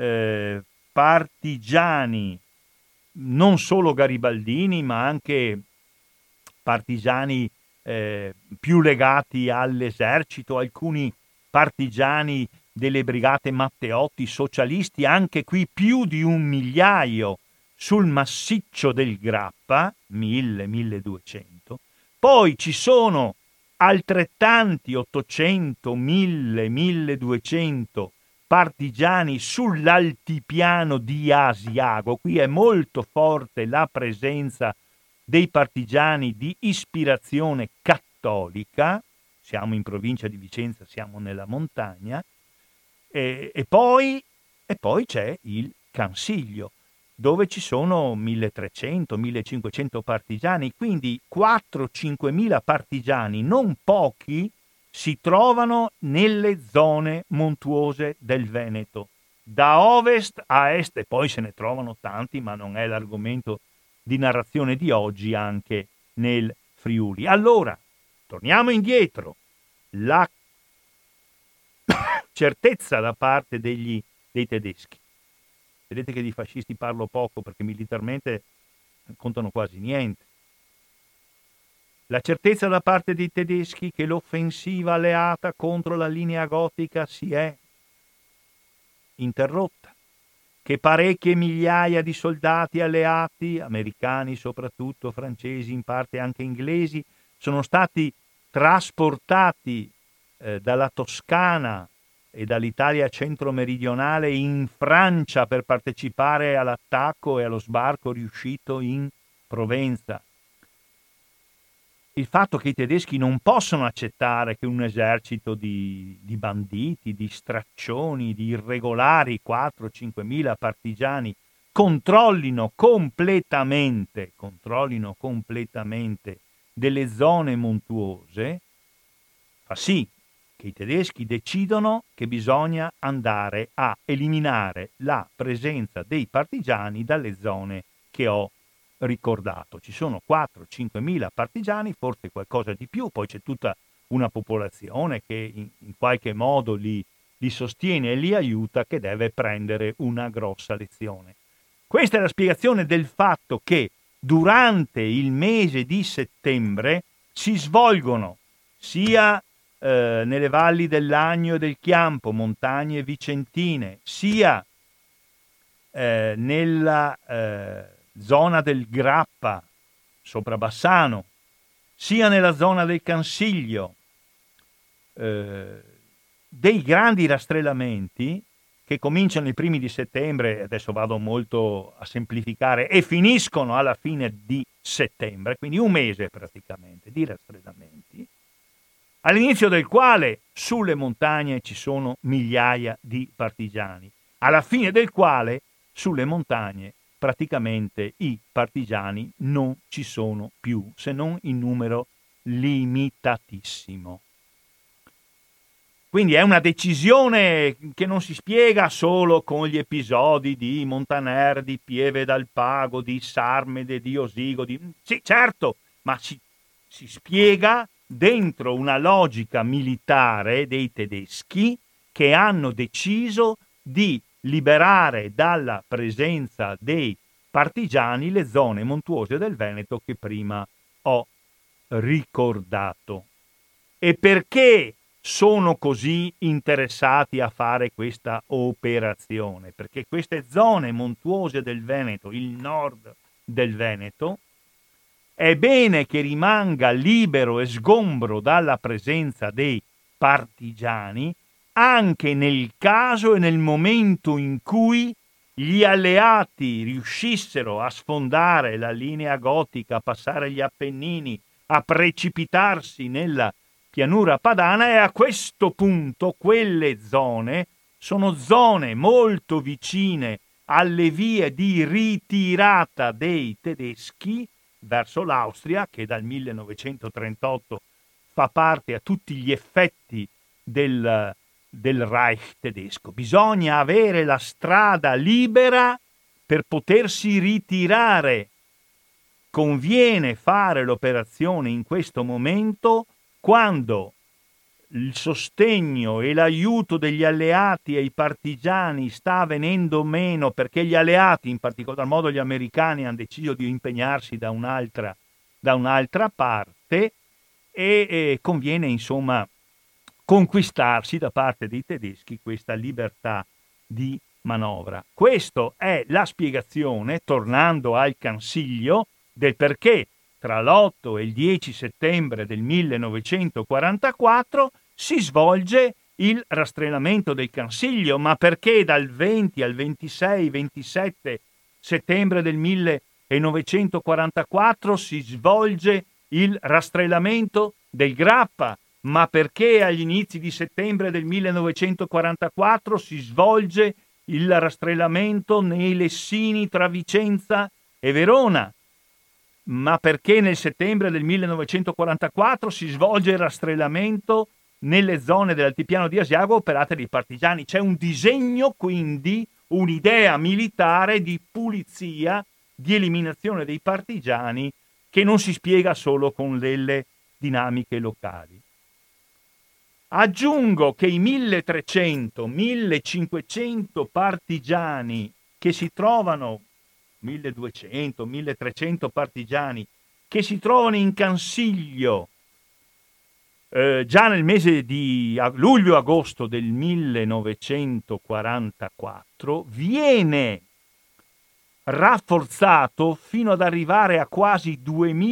partigiani non solo garibaldini, ma anche partigiani più legati all'esercito, alcuni partigiani delle brigate Matteotti socialisti, anche qui più di 1.000.000 sul massiccio del Grappa, 1.000-1.200. Poi ci sono altrettanti 800, 1.000, 1.200 partigiani sull'altipiano di Asiago. Qui è molto forte la presenza dei partigiani di ispirazione cattolica. Siamo in provincia di Vicenza, siamo nella montagna, e poi c'è il Cansiglio, dove ci sono 1.300-1.500 partigiani, quindi 4-5.000 partigiani, non pochi, si trovano nelle zone montuose del Veneto, da ovest a est, e poi se ne trovano tanti, ma non è l'argomento di narrazione di oggi, anche nel Friuli. Allora, torniamo indietro. La certezza da parte dei tedeschi. Vedete che di fascisti parlo poco perché militarmente contano quasi niente. La certezza da parte dei tedeschi che l'offensiva alleata contro la linea gotica si è interrotta, che parecchie migliaia di soldati alleati, americani soprattutto, francesi, in parte anche inglesi, sono stati trasportati dalla Toscana e dall'Italia centro-meridionale in Francia per partecipare all'attacco e allo sbarco riuscito in Provenza. Il fatto che i tedeschi non possono accettare che un esercito di banditi, di straccioni, di irregolari, 4-5.000 partigiani, controllino completamente delle zone montuose, fa sì che i tedeschi decidono che bisogna andare a eliminare la presenza dei partigiani dalle zone che ho ricordato. Ci sono 4-5.000 partigiani, forse qualcosa di più, poi c'è tutta una popolazione che in qualche modo li sostiene e li aiuta, che deve prendere una grossa lezione. Questa è la spiegazione del fatto che durante il mese di settembre si svolgono sia nelle valli dell'Agno e del Chiampo, montagne vicentine, sia nella zona del Grappa, sopra Bassano, sia nella zona del Cansiglio, dei grandi rastrellamenti che cominciano i primi di settembre, adesso vado molto a semplificare, e finiscono alla fine di settembre, quindi un mese praticamente di rastrellamenti, all'inizio del quale sulle montagne ci sono migliaia di partigiani, alla fine del quale sulle montagne praticamente i partigiani non ci sono più, se non in numero limitatissimo. Quindi è una decisione che non si spiega solo con gli episodi di Montaner, di Pieve dal Pago, di Sarmede, di Osigo. Sì, certo, ma si spiega dentro una logica militare dei tedeschi che hanno deciso di liberare dalla presenza dei partigiani le zone montuose del Veneto che prima ho ricordato. E perché sono così interessati a fare questa operazione? Perché queste zone montuose del Veneto, il nord del Veneto, è bene che rimanga libero e sgombro dalla presenza dei partigiani anche nel caso e nel momento in cui gli alleati riuscissero a sfondare la linea gotica, a passare gli Appennini, a precipitarsi nella pianura padana, e a questo punto quelle zone sono zone molto vicine alle vie di ritirata dei tedeschi verso l'Austria, che dal 1938 fa parte a tutti gli effetti del Reich tedesco. Bisogna avere la strada libera per potersi ritirare. Conviene fare l'operazione in questo momento quando il sostegno e l'aiuto degli alleati ai partigiani sta venendo meno, perché gli alleati, in particolar modo gli americani, hanno deciso di impegnarsi da un'altra parte, e conviene insomma conquistarsi da parte dei tedeschi questa libertà di manovra. Questa è la spiegazione, tornando al Cansiglio, del perché tra l'8 e il 10 settembre del 1944 si svolge il rastrellamento del Cansiglio, ma perché dal 20 al 26-27 settembre del 1944 si svolge il rastrellamento del Grappa, ma perché agli inizi di settembre del 1944 si svolge il rastrellamento nei Lessini tra Vicenza e Verona, ma perché nel settembre del 1944 si svolge il rastrellamento nelle zone dell'altipiano di Asiago operate dai partigiani. C'è un disegno, quindi, un'idea militare di pulizia, di eliminazione dei partigiani, che non si spiega solo con delle dinamiche locali. Aggiungo che i 1300-1500 partigiani che si trovano, 1200-1300 partigiani che si trovano in Cansiglio già nel mese di luglio-agosto del 1944, viene rafforzato fino ad arrivare a quasi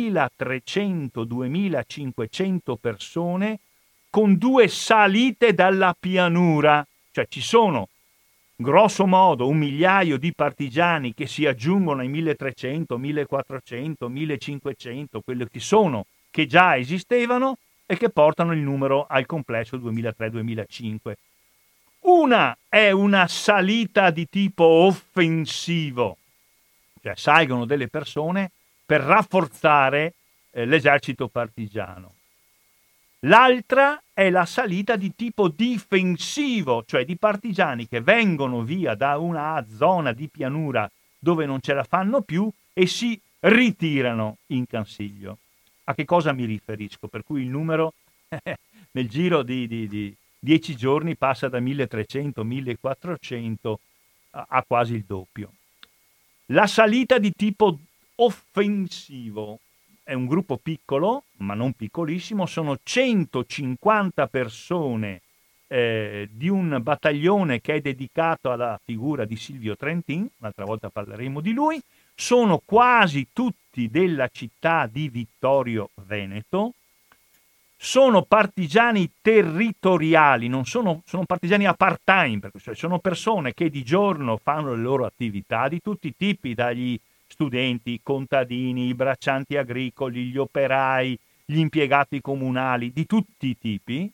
2300-2500 persone, con 2 salite dalla pianura. Cioè ci sono grosso modo 1 migliaio di partigiani che si aggiungono ai 1300, 1400, 1500, quelli che già esistevano, e che portano il numero al complesso 2003-2005. Una è una salita di tipo offensivo, cioè salgono delle persone per rafforzare l'esercito partigiano. L'altra è la salita di tipo difensivo, cioè di partigiani che vengono via da una zona di pianura dove non ce la fanno più e si ritirano in Cansiglio. A che cosa mi riferisco? Per cui il numero nel giro di 10 giorni passa da 1300 1400 a quasi il doppio. La salita di tipo offensivo. È un gruppo piccolo, ma non piccolissimo, sono 150 persone di un battaglione che è dedicato alla figura di Silvio Trentin, un'altra volta parleremo di lui, sono quasi tutti della città di Vittorio Veneto, sono partigiani territoriali, non sono partigiani a part-time, cioè sono persone che di giorno fanno le loro attività di tutti i tipi, dagli studenti, i contadini, i braccianti agricoli, gli operai, gli impiegati comunali, di tutti i tipi,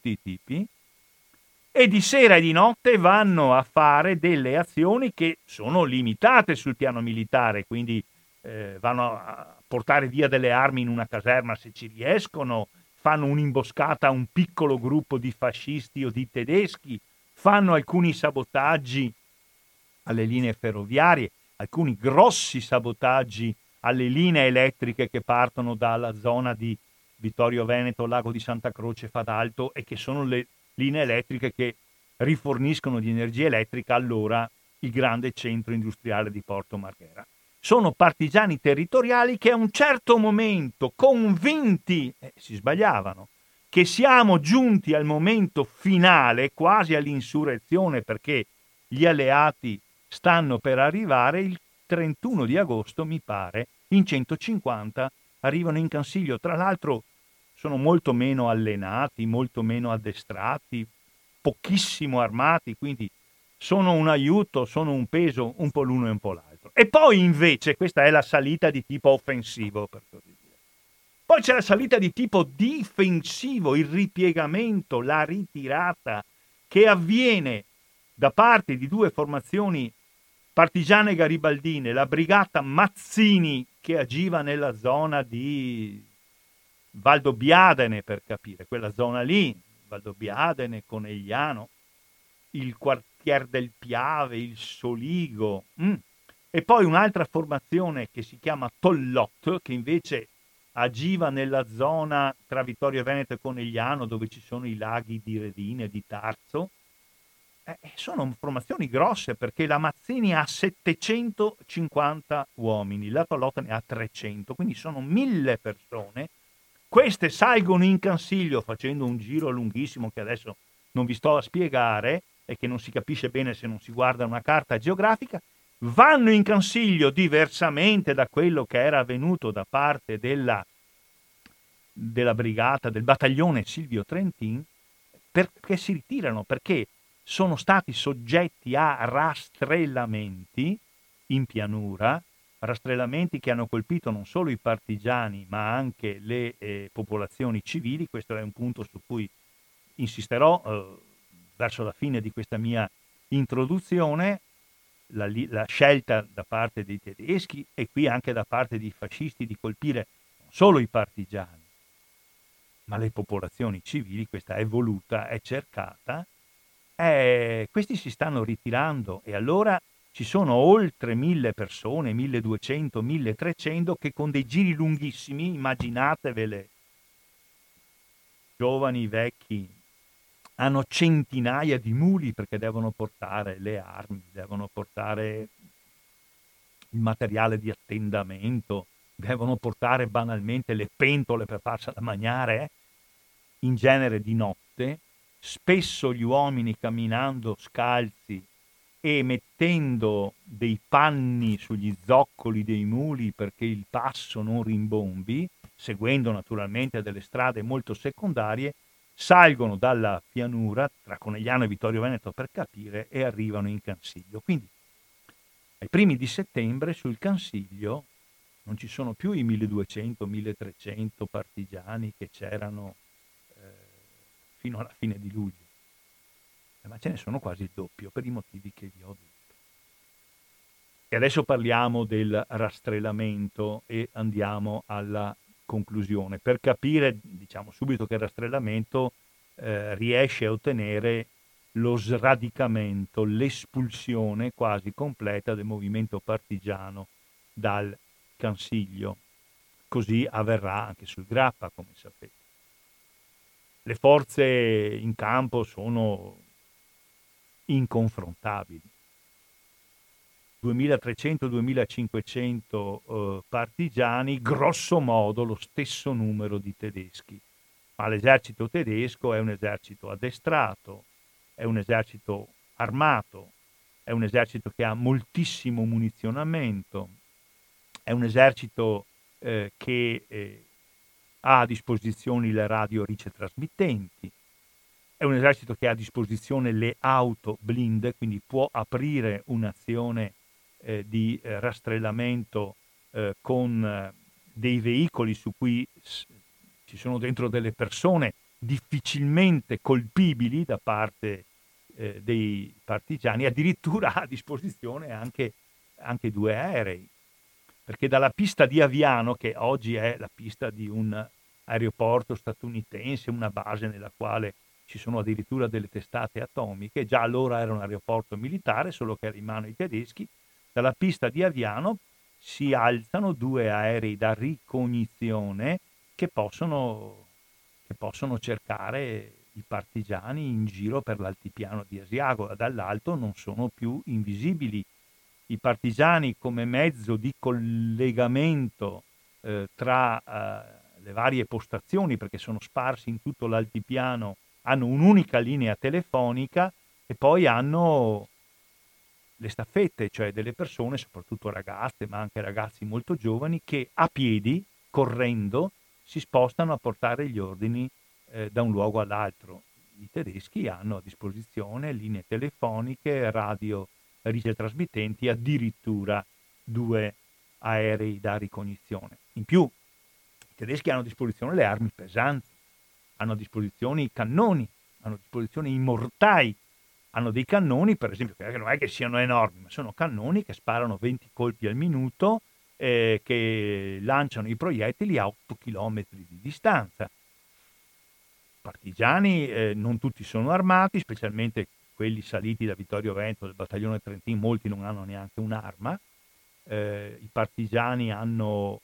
e di sera e di notte vanno a fare delle azioni che sono limitate sul piano militare, quindi vanno a portare via delle armi in una caserma se ci riescono, fanno un'imboscata a un piccolo gruppo di fascisti o di tedeschi, fanno alcuni sabotaggi alle linee ferroviarie, alcuni grossi sabotaggi alle linee elettriche che partono dalla zona di Vittorio Veneto, Lago di Santa Croce, Fadalto, e che sono le linee elettriche che riforniscono di energia elettrica allora il grande centro industriale di Porto Marghera. Sono partigiani territoriali che a un certo momento, convinti, si sbagliavano, che siamo giunti al momento finale, quasi all'insurrezione, perché gli alleati stanno per arrivare, il 31 di agosto, mi pare, in 150 arrivano in Cansiglio. Tra l'altro sono molto meno allenati, molto meno addestrati, pochissimo armati, quindi sono un aiuto, sono un peso un po' l'uno e un po' l'altro. E poi invece questa è la salita di tipo offensivo, per così dire. Poi c'è la salita di tipo difensivo, il ripiegamento, la ritirata che avviene da parte di due formazioni partigiane garibaldine, la brigata Mazzini che agiva nella zona di Valdobbiadene, per capire, quella zona lì, Valdobbiadene, Conegliano, il quartier del Piave, il Soligo, e poi un'altra formazione che si chiama Tollot, che invece agiva nella zona tra Vittorio Veneto e Conegliano, dove ci sono i laghi di Redine e di Tarzo. Sono formazioni grosse, perché la Mazzini ha 750 uomini, la Tollot ne ha 300, quindi sono 1000 persone. Queste salgono in Cansiglio facendo un giro lunghissimo che adesso non vi sto a spiegare e che non si capisce bene se non si guarda una carta geografica, vanno in Cansiglio diversamente da quello che era avvenuto da parte della brigata, del battaglione Silvio Trentin, perché si ritirano, perché sono stati soggetti a rastrellamenti in pianura, rastrellamenti che hanno colpito non solo i partigiani ma anche le popolazioni civili. Questo è un punto su cui insisterò verso la fine di questa mia introduzione. La scelta da parte dei tedeschi e qui anche da parte dei fascisti di colpire non solo i partigiani ma le popolazioni civili, questa è voluta, è cercata. Questi si stanno ritirando e allora ci sono oltre 1000 persone, 1200, 1300 che con dei giri lunghissimi, immaginatevele, giovani, vecchi, hanno centinaia di muli perché devono portare le armi, devono portare il materiale di attendamento, devono portare banalmente le pentole per farsela mangiare, in genere di notte, spesso gli uomini camminando scalzi e mettendo dei panni sugli zoccoli dei muli perché il passo non rimbombi, seguendo naturalmente delle strade molto secondarie, salgono dalla pianura tra Conegliano e Vittorio Veneto, per capire, e arrivano in Cansiglio. Quindi ai primi di settembre sul Cansiglio non ci sono più i 1200-1300 partigiani che c'erano fino alla fine di luglio, ma ce ne sono quasi il doppio per i motivi che vi ho detto. E adesso parliamo del rastrellamento e andiamo alla conclusione. Per capire, diciamo subito che il rastrellamento riesce a ottenere lo sradicamento, l'espulsione quasi completa del movimento partigiano dal Cansiglio. Così avverrà anche sul Grappa, come sapete. Le forze in campo sono inconfrontabili. 2300-2500 partigiani, grosso modo lo stesso numero di tedeschi. Ma l'esercito tedesco è un esercito addestrato, è un esercito armato, è un esercito che ha moltissimo munizionamento, è un esercito che ha a disposizione le radio ricetrasmittenti, è un esercito che ha a disposizione le auto blinde, quindi può aprire un'azione di rastrellamento con dei veicoli su cui ci sono dentro delle persone difficilmente colpibili da parte dei partigiani, addirittura ha a disposizione anche 2 aerei, perché dalla pista di Aviano, che oggi è la pista di un aeroporto statunitense, una base nella quale ci sono addirittura delle testate atomiche, già allora era un aeroporto militare, solo che era in mano ai tedeschi, dalla pista di Aviano si alzano 2 aerei da ricognizione che possono cercare i partigiani in giro per l'altipiano di Asiago. Dall'alto non sono più invisibili. I partigiani come mezzo di collegamento tra le varie postazioni, perché sono sparsi in tutto l'altipiano, hanno un'unica linea telefonica e poi hanno le staffette, cioè delle persone, soprattutto ragazze, ma anche ragazzi molto giovani, che a piedi, correndo, si spostano a portare gli ordini da un luogo all'altro. I tedeschi hanno a disposizione linee telefoniche, radio ricetrasmittenti, addirittura 2 aerei da ricognizione. In più, i tedeschi hanno a disposizione le armi pesanti, hanno a disposizione i cannoni, hanno a disposizione i mortai, hanno dei cannoni, per esempio, che non è che siano enormi, ma sono cannoni che sparano 20 colpi al minuto, che lanciano i proiettili a 8 km di distanza. I partigiani non tutti sono armati, specialmente quelli saliti da Vittorio Veneto del battaglione Trentin, molti non hanno neanche un'arma. I partigiani hanno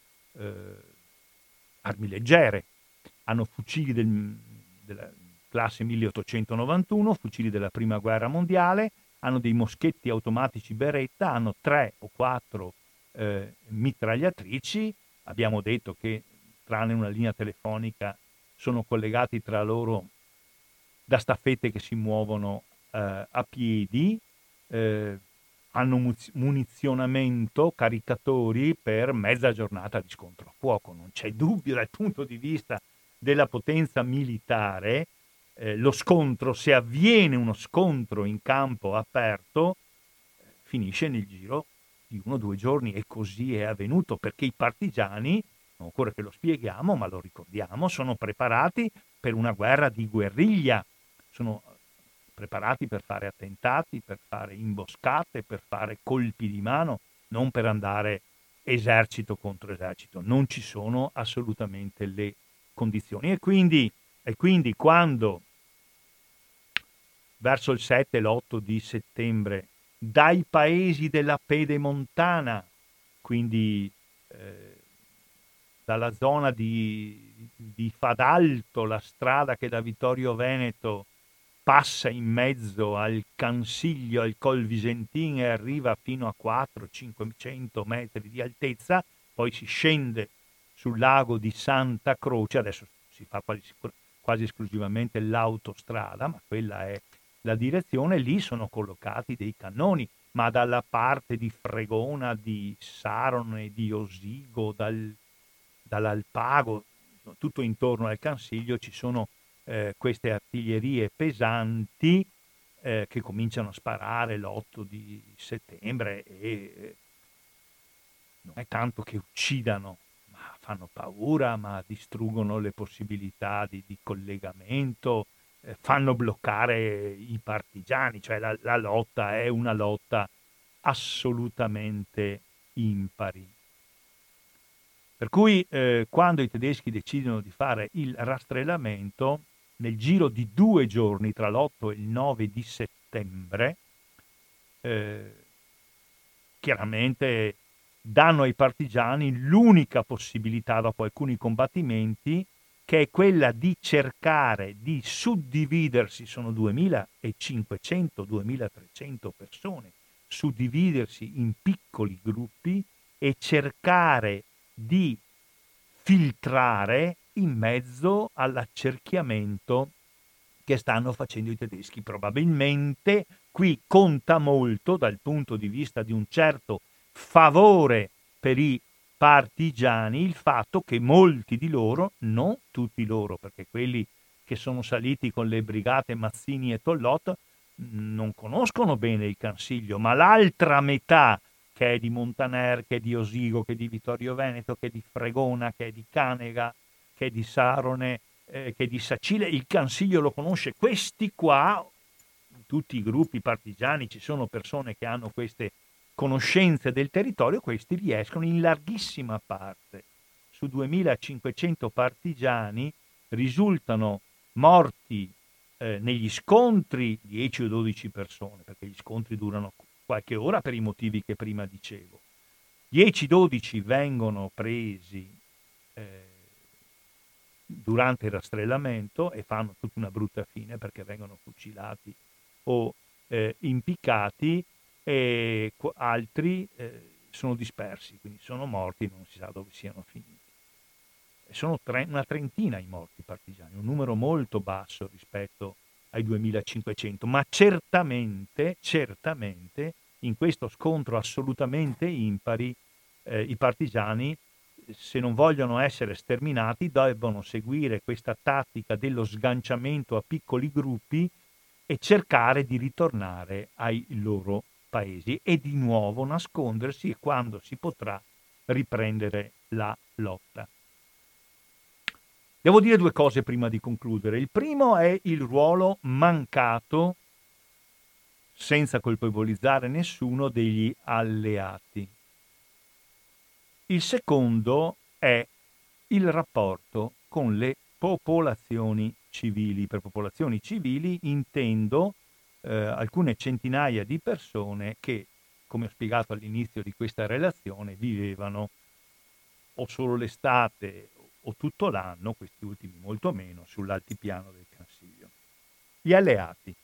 armi leggere, hanno fucili della classe 1891, fucili della prima guerra mondiale, hanno dei moschetti automatici Beretta, hanno 3 o 4 mitragliatrici. Abbiamo detto che tranne una linea telefonica sono collegati tra loro da staffette che si muovono a piedi, hanno munizionamento, caricatori per mezza giornata di scontro a fuoco. Non c'è dubbio dal punto di vista della potenza militare, lo scontro, se avviene uno scontro in campo aperto, finisce nel giro di 1 o 2 giorni, e così è avvenuto, perché i partigiani, non occorre che lo spieghiamo, ma lo ricordiamo, sono preparati per una guerra di guerriglia, sono preparati per fare attentati, per fare imboscate, per fare colpi di mano, non per andare esercito contro esercito. Non ci sono assolutamente le condizioni. E quindi quando verso il 7 e l'8 di settembre dai paesi della Pedemontana, quindi dalla zona di Fadalto, la strada che da Vittorio Veneto passa in mezzo al Cansiglio, al Col Visentin, e arriva fino a 400-500 metri di altezza, poi si scende sul lago di Santa Croce. Adesso si fa quasi esclusivamente l'autostrada, ma quella è la direzione. Lì sono collocati dei cannoni, ma dalla parte di Fregona, di Sarone, di Osigo, dall'Alpago, tutto intorno al Cansiglio ci sono queste artiglierie pesanti che cominciano a sparare l'8 di settembre, e non è tanto che uccidano, ma fanno paura, ma distruggono le possibilità di collegamento, fanno bloccare i partigiani, cioè la lotta è una lotta assolutamente impari. Per cui quando i tedeschi decidono di fare il rastrellamento, nel giro di 2 giorni, tra l'8 e il 9 di settembre, chiaramente danno ai partigiani l'unica possibilità, dopo alcuni combattimenti, che è quella di cercare di suddividersi. Sono 2.500-2.300 persone, suddividersi in piccoli gruppi e cercare di filtrare in mezzo all'accerchiamento che stanno facendo i tedeschi. Probabilmente qui conta molto dal punto di vista di un certo favore per i partigiani il fatto che molti di loro, non tutti loro, perché quelli che sono saliti con le brigate Mazzini e Tollot non conoscono bene il Cansiglio, ma l'altra metà, che è di Montaner, che è di Osigo, che è di Vittorio Veneto, che è di Fregona, che è di Canega, che è di Sarone, che è di Sacile, il Cansiglio lo conosce. Questi qua, in tutti i gruppi partigiani ci sono persone che hanno queste conoscenze del territorio, questi riescono in larghissima parte. Su 2500 partigiani risultano morti negli scontri 10 o 12 persone, perché gli scontri durano qualche ora per i motivi che prima dicevo. 10-12 vengono presi durante il rastrellamento e fanno tutta una brutta fine perché vengono fucilati o impiccati, e altri sono dispersi, quindi sono morti, non si sa dove siano finiti. E sono una trentina i morti partigiani, un numero molto basso rispetto ai 2500, ma certamente in questo scontro assolutamente impari i partigiani, se non vogliono essere sterminati, debbono seguire questa tattica dello sganciamento a piccoli gruppi e cercare di ritornare ai loro paesi e di nuovo nascondersi, e quando si potrà riprendere la lotta. Devo dire due cose prima di concludere. Il primo è il ruolo mancato, senza colpevolizzare nessuno, degli alleati. Il secondo è il rapporto con le popolazioni civili. Per popolazioni civili intendo alcune centinaia di persone che, come ho spiegato all'inizio di questa relazione, vivevano o solo l'estate o tutto l'anno, questi ultimi molto meno, sull'altipiano del Cansiglio. Gli alleati.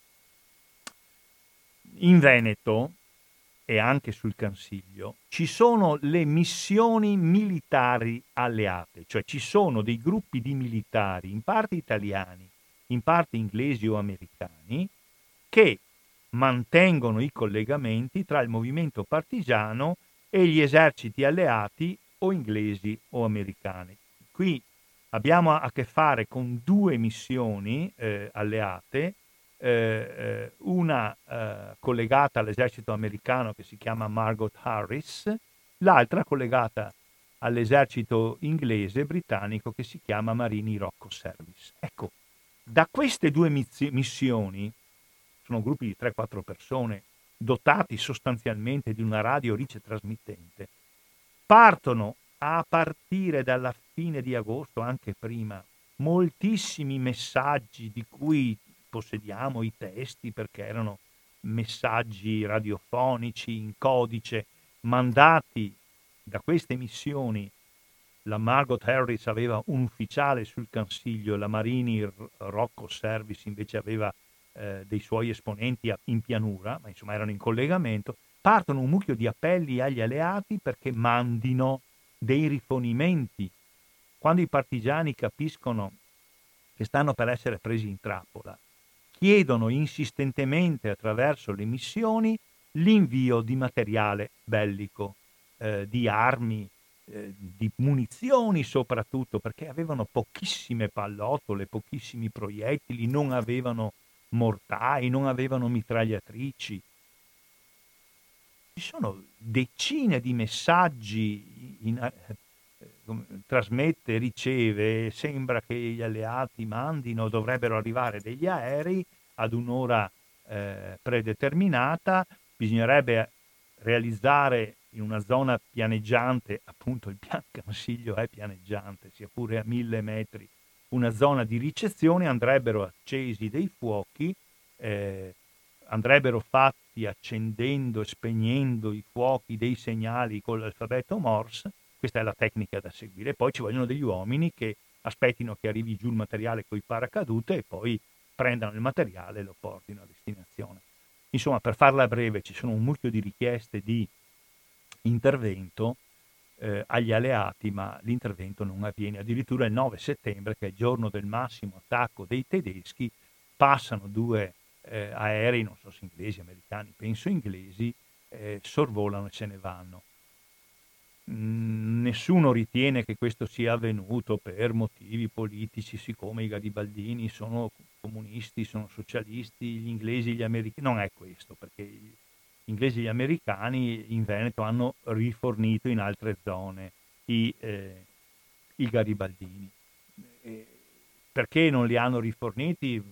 In Veneto e anche sul Cansiglio ci sono le missioni militari alleate, cioè ci sono dei gruppi di militari, in parte italiani, in parte inglesi o americani, che mantengono i collegamenti tra il movimento partigiano e gli eserciti alleati o inglesi o americani. Qui abbiamo a che fare con due missioni alleate, una collegata all'esercito americano che si chiama Margot Harris, l'altra collegata all'esercito inglese britannico che si chiama Marini Rocco Service. Ecco, da queste due missioni, sono gruppi di 3-4 persone dotati sostanzialmente di una radio ricetrasmittente, partono a partire dalla fine di agosto, anche prima, moltissimi messaggi di cui possediamo i testi perché erano messaggi radiofonici in codice mandati da queste missioni. La Margot Harris aveva un ufficiale sul Cansiglio, la Marini Rocco Service invece aveva dei suoi esponenti in pianura, ma insomma erano in collegamento. Partono un mucchio di appelli agli alleati perché mandino dei rifornimenti. Quando i partigiani capiscono che stanno per essere presi in trappola, chiedono insistentemente attraverso le missioni l'invio di materiale bellico, di armi, di munizioni soprattutto, perché avevano pochissime pallottole, pochissimi proiettili, non avevano mortai, non avevano mitragliatrici. Ci sono decine di messaggi trasmette, riceve, sembra che gli alleati mandino, dovrebbero arrivare degli aerei ad un'ora predeterminata, bisognerebbe realizzare in una zona pianeggiante, appunto il Cansiglio è pianeggiante, sia pure a 1000 metri, una zona di ricezione, andrebbero accesi dei fuochi, andrebbero fatti accendendo e spegnendo i fuochi dei segnali con l'alfabeto Morse. Questa è la tecnica da seguire. Poi ci vogliono degli uomini che aspettino che arrivi giù il materiale con i paracadute e poi prendano il materiale e lo portino a destinazione. Insomma, per farla breve, ci sono un mucchio di richieste di intervento agli alleati, ma l'intervento non avviene. Addirittura il 9 settembre, che è il giorno del massimo attacco dei tedeschi, passano due aerei, non so se inglesi, americani, penso inglesi, sorvolano e se ne vanno. Nessuno ritiene che questo sia avvenuto per motivi politici, siccome i garibaldini sono comunisti, sono socialisti, gli inglesi, gli americani. Non è questo, perché gli inglesi e gli americani in Veneto hanno rifornito in altre zone i garibaldini. Perché non li hanno riforniti?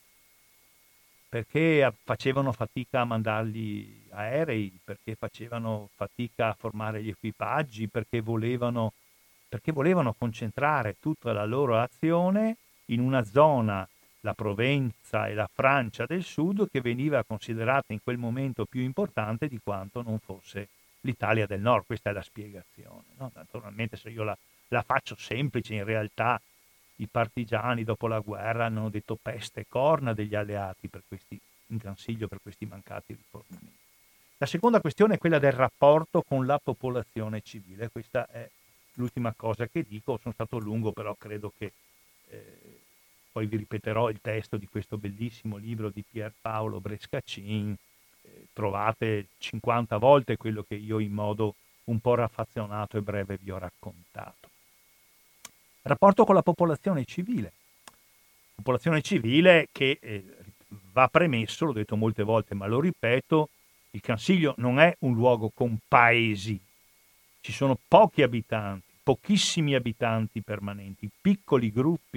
Perché facevano fatica a mandargli aerei, perché facevano fatica a formare gli equipaggi, perché volevano concentrare tutta la loro azione in una zona, la Provenza e la Francia del Sud, che veniva considerata in quel momento più importante di quanto non fosse l'Italia del Nord. Questa è la spiegazione, no? Naturalmente, se io la faccio semplice, in realtà i partigiani dopo la guerra hanno detto peste e corna degli alleati in consiglio per questi mancati rifornimenti. La seconda questione è quella del rapporto con la popolazione civile. Questa è l'ultima cosa che dico. Sono stato lungo, però credo che poi vi ripeterò il testo di questo bellissimo libro di Pierpaolo Brescacin. Trovate 50 volte quello che io in modo un po' raffazzonato e breve vi ho raccontato. Rapporto con la popolazione civile. Popolazione civile che va premesso, l'ho detto molte volte ma lo ripeto, il Cansiglio non è un luogo con paesi, ci sono pochi abitanti, pochissimi abitanti permanenti, piccoli gruppi.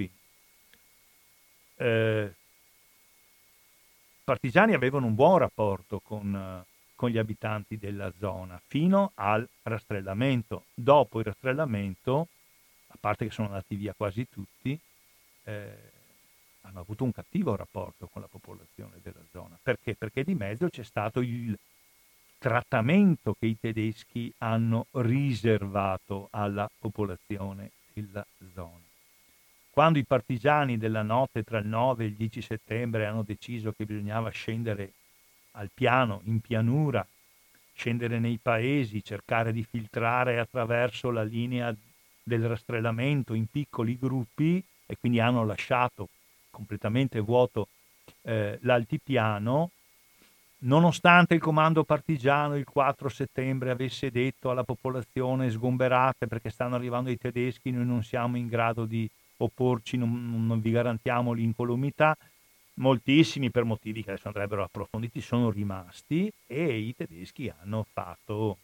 I partigiani avevano un buon rapporto con gli abitanti della zona fino al rastrellamento. Dopo il rastrellamento, a parte che sono andati via quasi tutti, hanno avuto un cattivo rapporto con la popolazione della zona. Perché? Perché di mezzo c'è stato il trattamento che i tedeschi hanno riservato alla popolazione della zona. Quando i partigiani della notte tra il 9 e il 10 settembre hanno deciso che bisognava scendere al piano, in pianura, scendere nei paesi, cercare di filtrare attraverso la linea del rastrellamento in piccoli gruppi, e quindi hanno lasciato completamente vuoto l'altipiano, nonostante il comando partigiano il 4 settembre avesse detto alla popolazione: sgomberate perché stanno arrivando i tedeschi, noi non siamo in grado di opporci, non vi garantiamo l'incolumità. Moltissimi, per motivi che adesso andrebbero approfonditi, sono rimasti, e i tedeschi hanno fatto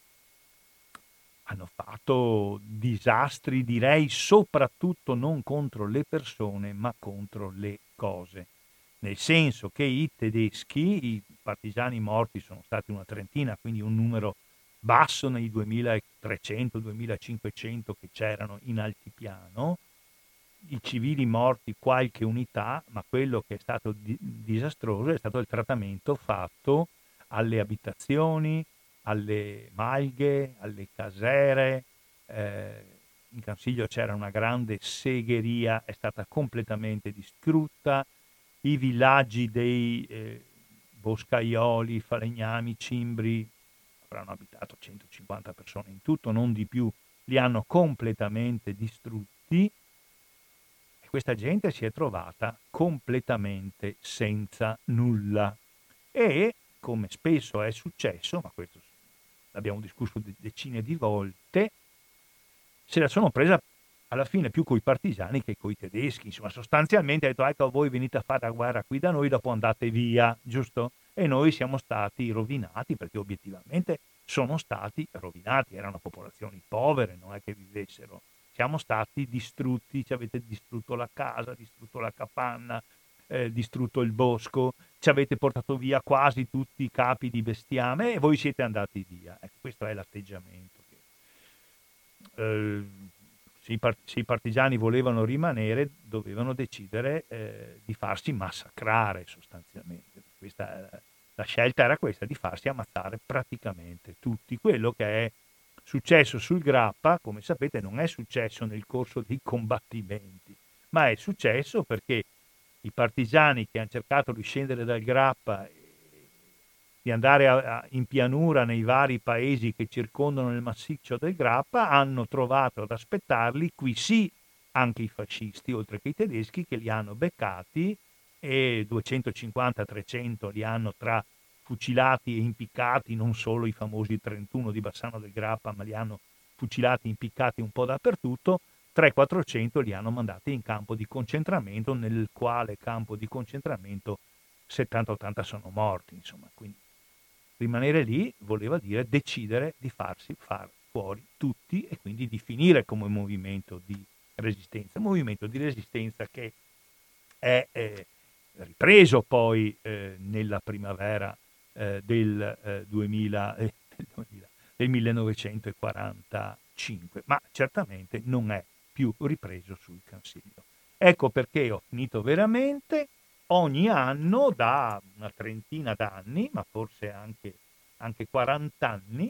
disastri, direi, soprattutto non contro le persone, ma contro le cose. Nel senso che i tedeschi, i partigiani morti sono stati una trentina, quindi un numero basso nei 2300-2500 che c'erano in altipiano, i civili morti qualche unità, ma quello che è stato disastroso è stato il trattamento fatto alle abitazioni, alle malghe, alle casere. In Cansiglio c'era una grande segheria, è stata completamente distrutta. I villaggi dei boscaioli, falegnami, cimbri, avranno abitato 150 persone in tutto, non di più, li hanno completamente distrutti, e questa gente si è trovata completamente senza nulla. E, come spesso è successo, ma questo l'abbiamo discusso decine di volte, se la sono presa alla fine più coi partigiani che coi tedeschi. Insomma, sostanzialmente ha detto: ecco, voi venite a fare la guerra qui da noi, dopo andate via, giusto? E noi siamo stati rovinati, perché obiettivamente sono stati rovinati, erano popolazioni povere, non è che vivessero. Siamo stati distrutti, ci avete distrutto la casa, distrutto la capanna, distrutto il bosco, ci avete portato via quasi tutti i capi di bestiame e voi siete andati via. Ecco, questo è l'atteggiamento. Se i partigiani volevano rimanere, dovevano decidere di farsi massacrare sostanzialmente. La scelta era questa, di farsi ammazzare praticamente tutti. Quello che è successo sul Grappa, come sapete, non è successo nel corso dei combattimenti, ma è successo perché i partigiani che hanno cercato di scendere dal Grappa di andare in pianura nei vari paesi che circondano il massiccio del Grappa, hanno trovato ad aspettarli, qui sì, anche i fascisti, oltre che i tedeschi, che li hanno beccati, e 250-300 li hanno tra fucilati e impiccati, non solo i famosi 31 di Bassano del Grappa, ma li hanno fucilati e impiccati un po' dappertutto. 300-400 li hanno mandati in campo di concentramento, nel quale campo di concentramento 70-80 sono morti, insomma. Quindi rimanere lì voleva dire decidere di farsi far fuori tutti e quindi di finire come movimento di resistenza. Un movimento di resistenza che è ripreso poi nella primavera del 1945, ma certamente non è più ripreso sul Cansiglio. Ecco perché ho finito veramente. Ogni anno, da una trentina d'anni, ma forse anche 40 anni,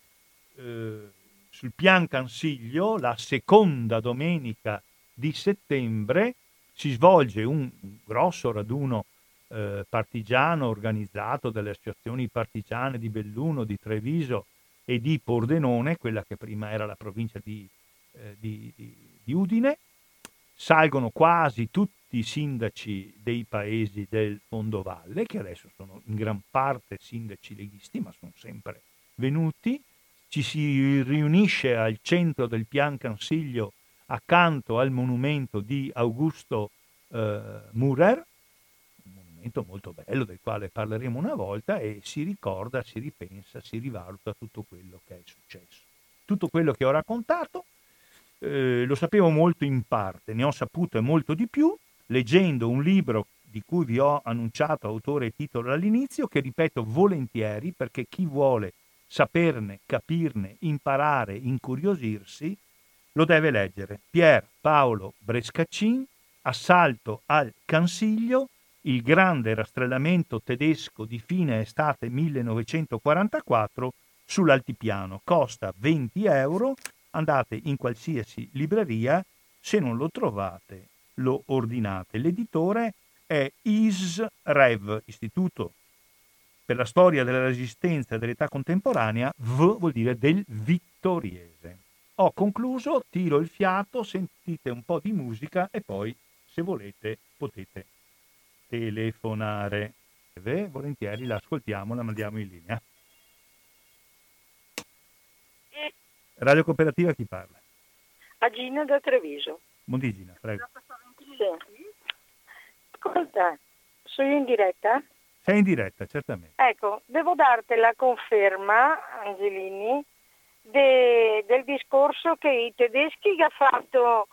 sul Pian Cansiglio, la seconda domenica di settembre, si svolge un grosso raduno partigiano organizzato dalle associazioni partigiane di Belluno, di Treviso e di Pordenone, quella che prima era la provincia di Udine. Salgono quasi tutti i sindaci dei paesi del fondovalle, che adesso sono in gran parte sindaci leghisti, ma sono sempre venuti. Ci si riunisce al centro del Pian Cansiglio, accanto al monumento di Augusto Müller, un monumento molto bello del quale parleremo una volta, e si ricorda, si ripensa, si rivaluta tutto quello che è successo. Tutto quello che ho raccontato lo sapevo molto in parte, ne ho saputo e molto di più leggendo un libro di cui vi ho annunciato autore e titolo all'inizio, che ripeto volentieri perché chi vuole saperne, capirne, imparare, incuriosirsi, lo deve leggere. Pier Paolo Brescacin, Assalto al Cansiglio, il grande rastrellamento tedesco di fine estate 1944 sull'altipiano. Costa 20 euro, andate in qualsiasi libreria, se non lo trovate lo ordinate. L'editore è ISREV, Istituto per la Storia della Resistenza e dell'Età Contemporanea, vuol dire del Vittoriese. Ho concluso, tiro il fiato, sentite un po' di musica e poi, se volete, potete telefonare. Volentieri la ascoltiamo, la mandiamo in linea. Radio Cooperativa, chi parla? A Gina da Treviso. Buondì Gina, prego. Sì. Ascolta, sono in diretta? Sei in diretta, certamente. Ecco, devo darti la conferma, Angelini, del discorso che i tedeschi che ha fatto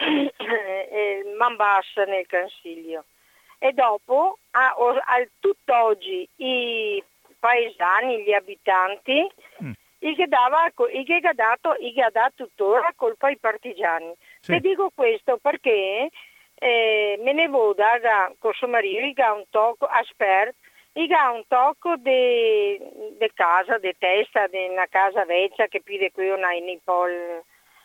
Manbas nel Consiglio, e dopo al tutt'oggi i paesani, gli abitanti, che ha dato tuttora colpa ai partigiani. Sì. Ti dico questo perché me ne voda con suo marito, che ha un tocco aspert, ha un tocco de casa, de testa, de una casa vecchia che pide qui nei pol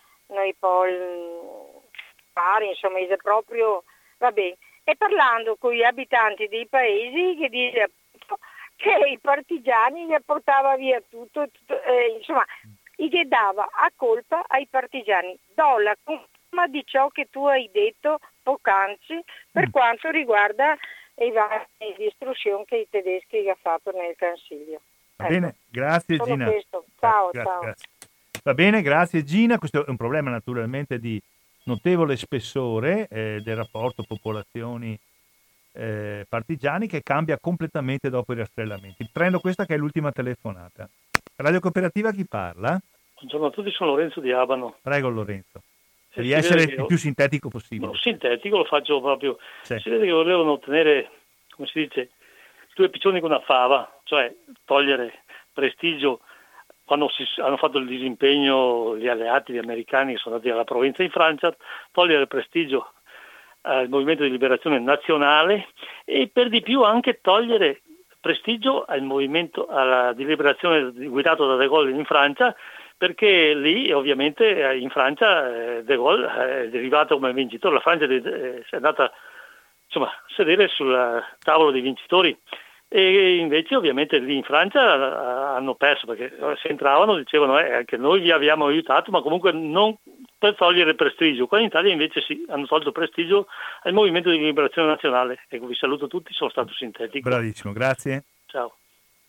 fare, insomma, è proprio, vabbè. E parlando con gli abitanti dei paesi che dice che i partigiani gli portava via tutto insomma, gli dava a colpa ai partigiani. Do la conferma di ciò che tu hai detto poc'anzi per quanto riguarda le varie distruzioni che i tedeschi gli ha fatto nel Consiglio. Va bene, grazie solo Gina. questo. Ciao, grazie, ciao. Grazie. Va bene, grazie Gina. Questo è un problema naturalmente di notevole spessore del rapporto popolazioni partigiani, che cambia completamente dopo i rastrellamenti. Prendo questa che è l'ultima telefonata. Radio Cooperativa, chi parla? Buongiorno a tutti, sono Lorenzo di Abano. Prego Lorenzo. Devi essere il più sintetico possibile. No, sintetico, lo faccio proprio. Sì. Si vede che volevano ottenere, come si dice, due piccioni con una fava, cioè togliere prestigio. Quando hanno fatto il disimpegno gli alleati, gli americani che sono andati alla provincia in Francia, togliere prestigio al movimento di liberazione nazionale e per di più anche togliere prestigio al movimento di liberazione guidato da De Gaulle in Francia, perché lì ovviamente in Francia De Gaulle è derivato come vincitore. La Francia è andata, insomma, a sedere sul tavolo dei vincitori E invece ovviamente lì in Francia hanno perso, perché se entravano dicevano anche noi vi abbiamo aiutato, ma comunque non per togliere prestigio. Qua in Italia invece sì, hanno tolto prestigio al Movimento di Liberazione Nazionale. Ecco, vi saluto tutti, sono stato sintetico. Bravissimo, grazie. Ciao.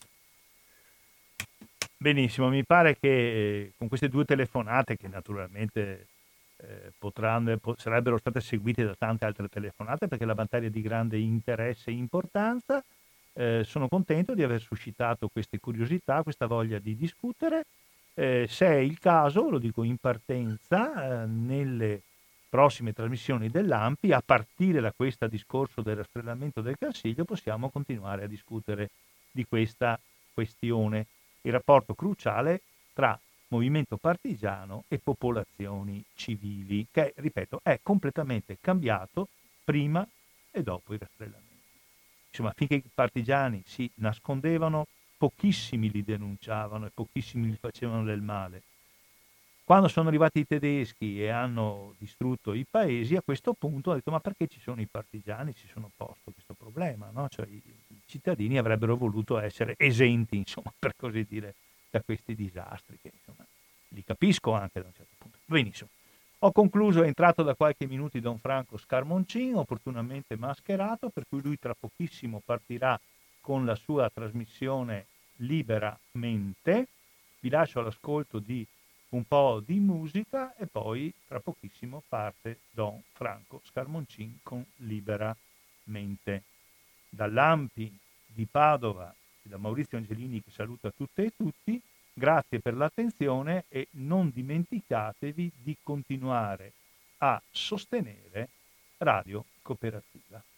Benissimo, mi pare che con queste due telefonate, che naturalmente sarebbero state seguite da tante altre telefonate, perché la materia è di grande interesse e importanza, sono contento di aver suscitato queste curiosità, questa voglia di discutere. Se è il caso, lo dico in partenza, nelle prossime trasmissioni dell'AMPI, a partire da questo discorso del rastrellamento del Consiglio, possiamo continuare a discutere di questa questione, il rapporto cruciale tra movimento partigiano e popolazioni civili, che, ripeto, è completamente cambiato prima e dopo il rastrellamento. Insomma, finché i partigiani si nascondevano, pochissimi li denunciavano e pochissimi gli facevano del male. Quando sono arrivati i tedeschi e hanno distrutto i paesi, a questo punto ho detto: ma perché ci sono i partigiani? Si sono posto questo problema, no? Cioè i cittadini avrebbero voluto essere esenti, insomma, per così dire, da questi disastri, che insomma li capisco anche da un certo punto. Benissimo. Ho concluso, è entrato da qualche minuto Don Franco Scarmoncin, opportunamente mascherato, per cui lui tra pochissimo partirà con la sua trasmissione Liberamente. Vi lascio all'ascolto di un po' di musica e poi tra pochissimo parte Don Franco Scarmoncin con Liberamente. Dall'Ampi di Padova e da Maurizio Angelini, che saluta tutte e tutti, grazie per l'attenzione e non dimenticatevi di continuare a sostenere Radio Cooperativa.